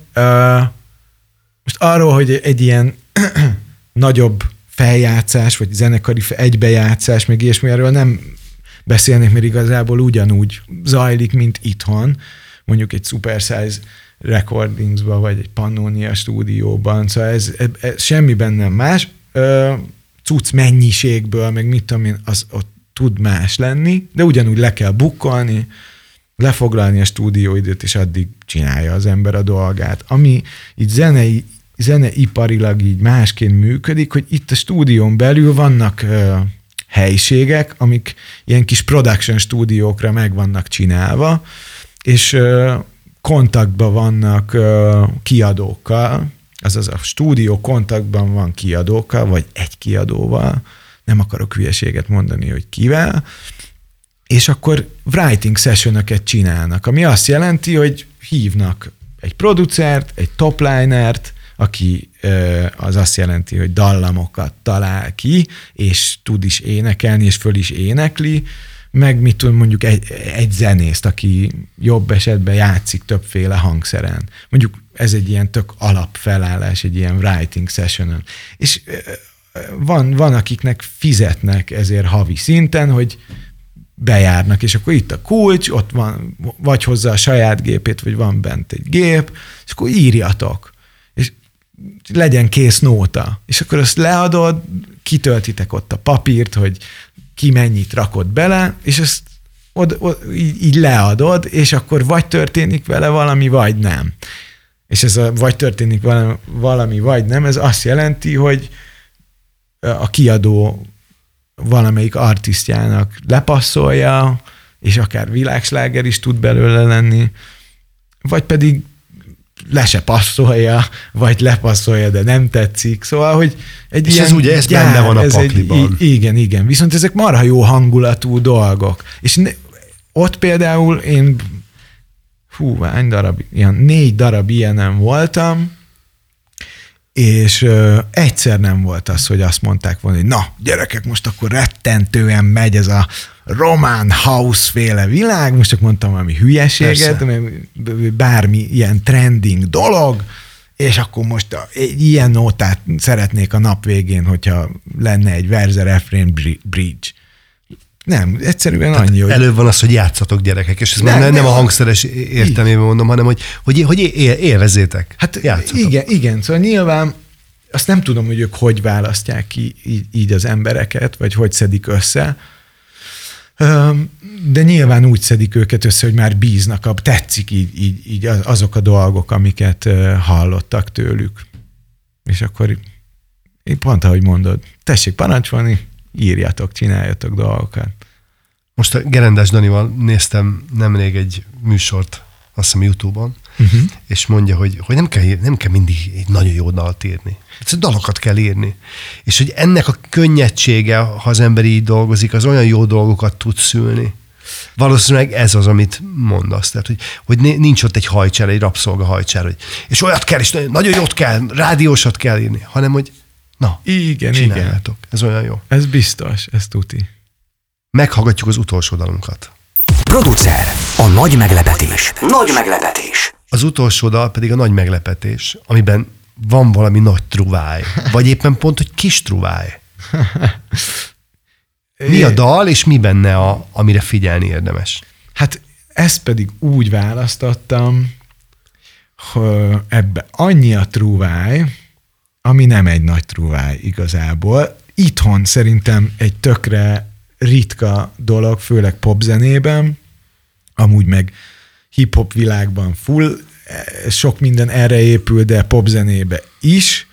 most arról, hogy egy ilyen nagyobb feljátszás, vagy zenekari egybejátszás, meg ilyesmi, erről nem beszélnék, mert igazából ugyanúgy zajlik, mint itthon, mondjuk egy Supersize Recordingsban, vagy egy Pannonia stúdióban, szóval ez, ez semmiben nem más. Cucc mennyiségből, meg mit tudom én, az ott tud más lenni, de ugyanúgy le kell bukkolni, lefoglalni a stúdióidőt, és addig csinálja az ember a dolgát. Ami így zenei, zeneiparilag így másként működik, hogy itt a stúdión belül vannak uh, helyiségek, amik ilyen kis production stúdiókra meg vannak csinálva, és uh, kontaktban vannak uh, kiadókkal, azaz a stúdió kontaktban van kiadókkal, vagy egy kiadóval, nem akarok hülyeséget mondani, hogy kivel, és akkor writing sessionöket csinálnak, ami azt jelenti, hogy hívnak egy producert, egy toplinert, aki az azt jelenti, hogy dallamokat talál ki, és tud is énekelni, és föl is énekli, meg mit tud mondjuk egy, egy zenészt, aki jobb esetben játszik többféle hangszeren. Mondjuk ez egy ilyen tök alapfelállás, egy ilyen writing sessionon. És van, van, akiknek fizetnek ezért havi szinten, hogy bejárnak, és akkor itt a kulcs, ott van, vagy hozzá a saját gépét, vagy van bent egy gép, és akkor írjatok. És legyen kész nóta. És akkor azt leadod, kitöltitek ott a papírt, hogy ki mennyit rakod bele, és ezt od, od, így, így leadod, és akkor vagy történik vele valami, vagy nem. És ez a vagy történik valami, valami vagy nem, ez azt jelenti, hogy a kiadó valamelyik artisztjának lepasszolja, és akár világsláger is tud belőle lenni, vagy pedig le se passzolja, vagy lepasszolja, de nem tetszik. Szóval, hogy egy és ilyen ez ugye, ez gyár, benne van a ez pakliban. Egy, igen, igen. Viszont ezek marha jó hangulatú dolgok. És ne, ott például én hú, hány darab, ilyen négy darab ilyenem voltam, és ö, egyszer nem volt az, hogy azt mondták volna, hogy na, gyerekek, most akkor rettentően megy ez a román house-féle világ, most csak mondtam valami hülyeséget, bármi ilyen trending dolog, és akkor most a, egy ilyen nótát szeretnék a nap végén, hogyha lenne egy verze refrén bridge. Nem, egyszerűen tehát annyi, hogy... Előbb van az, hogy játszatok, gyerekek, és ez nem, nem, nem a hangszeres értelmében mondom, hanem hogy, hogy, hogy élvezétek. Hát játszatok. Igen, igen, szóval nyilván azt nem tudom, hogy ők hogy választják ki így, így az embereket, vagy hogy szedik össze, de nyilván úgy szedik őket össze, hogy már bíznak, ab, tetszik így, így, így azok a dolgok, amiket hallottak tőlük. És akkor pont ahogy mondod, tessék parancsolni, írjatok, csináljatok dolgokat. Most a Gerendás Danival néztem nemrég egy műsort, azt hiszem YouTube-on, uh-huh. és mondja, hogy, hogy nem, kell, nem kell mindig egy nagyon jó dalt írni. Dalokat kell írni. És hogy ennek a könnyedsége, ha az ember így dolgozik, az olyan jó dolgokat tud szülni. Valószínűleg ez az, amit mondasz. Tehát, hogy, hogy nincs ott egy hajcsár, egy rabszolga hajcsár, hogy, és olyat kell, és nagyon jót kell, rádiósat kell írni, hanem, hogy na, igen, csináljátok. Igen. Ez olyan jó. Ez biztos, ez tuti. Meghallgatjuk az utolsó dalunkat. Producer, a nagy meglepetés. Nagy meglepetés. Az utolsó dal pedig a nagy meglepetés, amiben van valami nagy truváj, vagy éppen pont, hogy kis truváj. Mi a dal, és mi benne, a, amire figyelni érdemes? Hát ezt pedig úgy választottam, hogy ebbe annyi a truváj, ami nem egy nagy truváj igazából. Itthon szerintem egy tökre ritka dolog, főleg popzenében, amúgy meg hip-hop világban full, sok minden erre épül, de popzenébe is,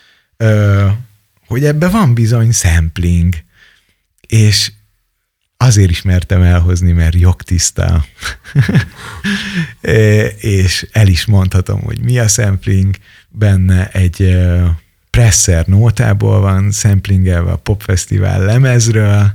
hogy ebbe van bizony sampling, és azért is mertem elhozni, mert jogtiszta, és el is mondhatom, hogy mi a sampling, benne egy presser nótából van samplingelve a Popfesztivál lemezről,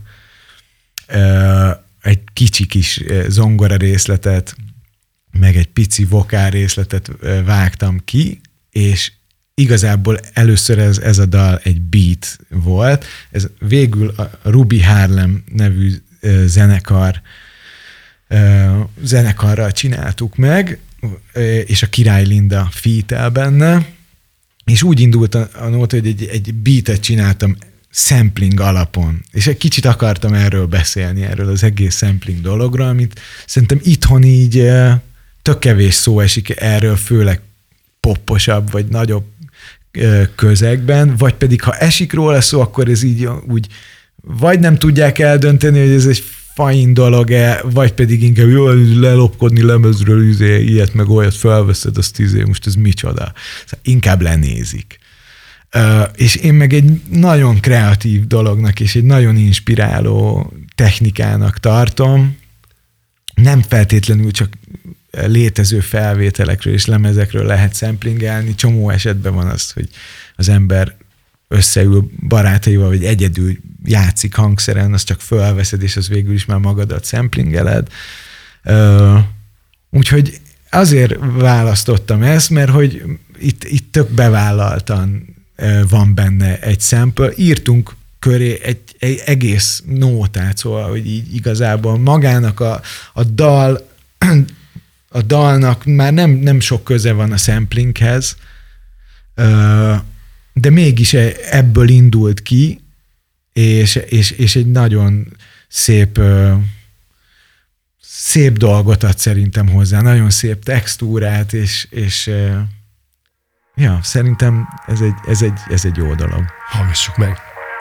egy kicsi kis zongora részletet, meg egy pici vokál részletet vágtam ki, és igazából először ez, ez a dal egy beat volt. Ez végül a Ruby Harlem nevű zenekar zenekarral csináltuk meg, és a Király Linda feat-el benne, és úgy indult a, a nóta, hogy egy, egy beatet csináltam sampling alapon, és egy kicsit akartam erről beszélni, erről az egész sampling dologról, amit szerintem itthon így tök kevés szó esik erről, főleg popposabb, vagy nagyobb közegben, vagy pedig ha esik róla szó, akkor ez így úgy vagy nem tudják eldönteni, hogy ez egy fain dolog-e, vagy pedig inkább jól lelopkodni lemezről, izé, ilyet meg olyat felveszed, azt izé, most ez micsoda. Szóval inkább lenézik. Uh, és én meg egy nagyon kreatív dolognak, és egy nagyon inspiráló technikának tartom, nem feltétlenül csak létező felvételekről és lemezekről lehet szemplingelni, csomó esetben van az, hogy az ember összeül barátaival, vagy egyedül játszik hangszeren, azt csak fölveszed, és az végül is már magadat szemplingeled. Uh, úgyhogy azért választottam ezt, mert hogy itt, itt tök bevállaltan uh, van benne egy sample. Írtunk köré egy, egy egész nótát, szóval, hogy így igazából magának a, a dal, a dalnak már nem, nem sok köze van a samplinghez, uh, de mégis ebből indult ki, és, és, és egy nagyon szép, szép dolgot ad szerintem hozzá, nagyon szép textúrát, és, és ja, szerintem ez egy, ez egy, ez egy jó dolog. Hallgassuk meg!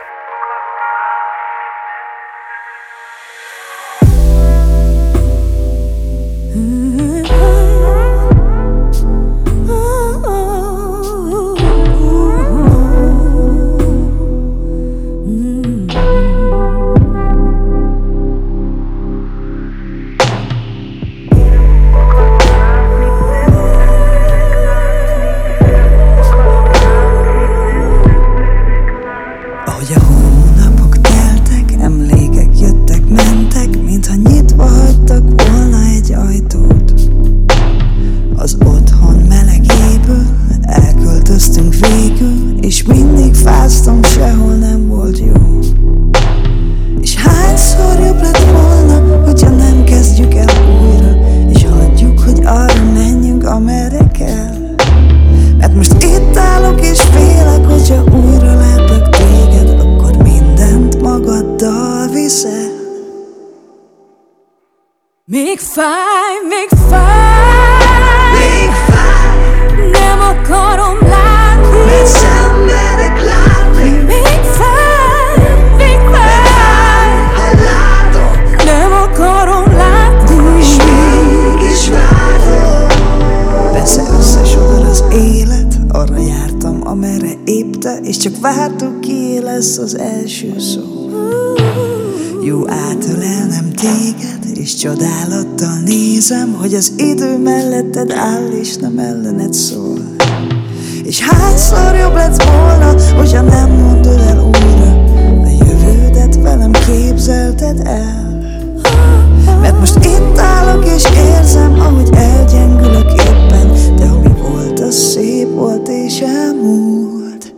Még fáj, még fáj, még fáj, nem akarom látni, mert szenvedek látni. Még fáj, még fáj, ha látom, nem akarom látni, és mégis várom. Persze összesodor az élet, arra jártam, amerre épp te, és csak vártuk, ki lesz az első szó. Jó átölelnem téged, és csodálattal nézem, hogy az idő melletted áll, és nem ellened szól. És hányszor jobb lett volna, hogyha nem mondod el újra, a jövődet velem képzelted el. Mert most itt állok, és érzem, ahogy elgyengülök éppen, de ami volt, az szép volt, és elmúlt.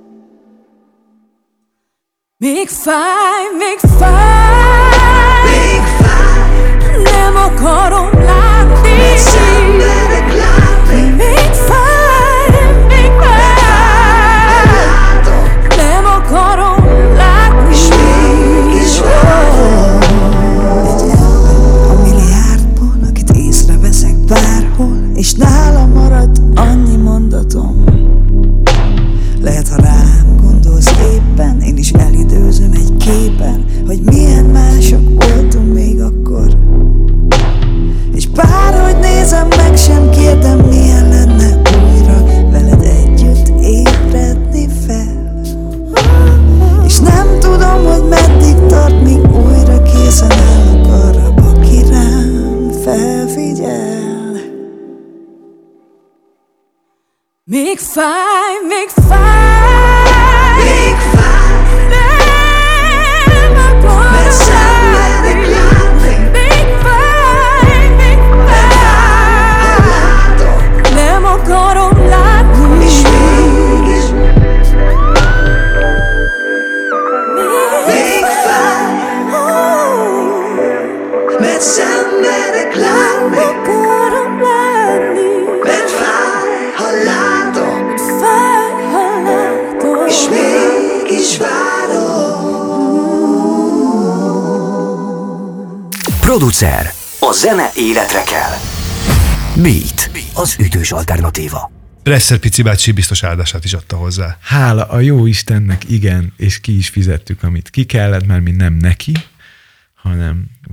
Még fáj, még fáj, még fáj, nem akarom látni, mert szenvedek látni. Még fáj, még fáj, látom, nem akarom látni, és mégis várom. Egy ember a milliárdból, akit észreveszek bárhol, és nála marad annyi mondatom. Lehet, ha rám gondolsz éppen, én is elidőzöm egy képen, hogy milyen mások voltunk még akkor. És bárhogy nézem, meg sem kérdem, milyen lenne újra veled együtt ébredni fel. És nem tudom, hogy meddig tart, míg újra készen állok arra, aki rám felfigyel. Még fáj, még fáj, még fáj, nem akarom, mert szenvedek látni. Még fáj, még fáj, ha látom, nem akarom látni, és mégis még fáj, mert szenvedek látni. Akarom látni, mert fáj, ha látom, fáj, ha látom, és mégis várom. Producer. A zene életre kell. Beat. Az ütős alternatíva. Presser Pici bácsi biztos áldását is adta hozzá. Hála a jó Istennek, igen, és ki is fizettük, amit ki kellett, mert mi nem neki, hanem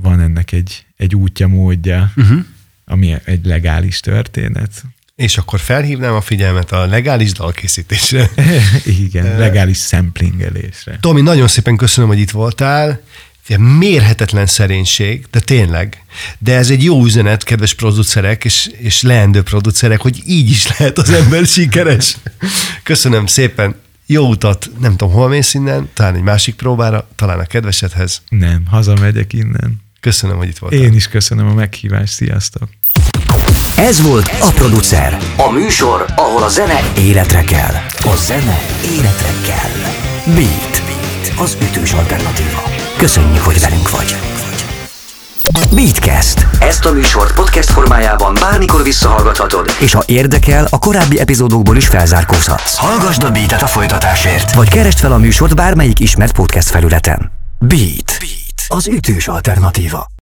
ennek egy, egy útja, módja, uh-huh. ami egy legális történet. És akkor felhívnám a figyelmet a legális dalkészítésre. Igen, legális szemplingelésre. Tomi, nagyon szépen köszönöm, hogy itt voltál. Mérhetetlen szerénység, de tényleg. De ez egy jó üzenet, kedves producerek és, és leendő producerek, hogy így is lehet az ember sikeres. Köszönöm szépen. Jó utat, nem tudom, hol mész innen, talán egy másik próbára, talán a kedvesedhez. Nem, hazamegyek innen. Köszönöm, hogy itt voltál. Én is köszönöm a meghívást, sziasztok! Ez volt a Producer, a műsor, ahol a zene életre kell. A zene életre kell. Beat, Beat, az ütős alternatíva. Köszönjük, hogy velünk vagy. Beatcast. Ezt a műsort podcast formájában bármikor visszahallgathatod, és ha érdekel, a korábbi epizódokból is felzárkózhatsz. Hallgasd a Beatet a folytatásért, vagy keresd fel a műsort bármelyik ismert podcast felületen. Beat, Beat, az ütős alternatíva.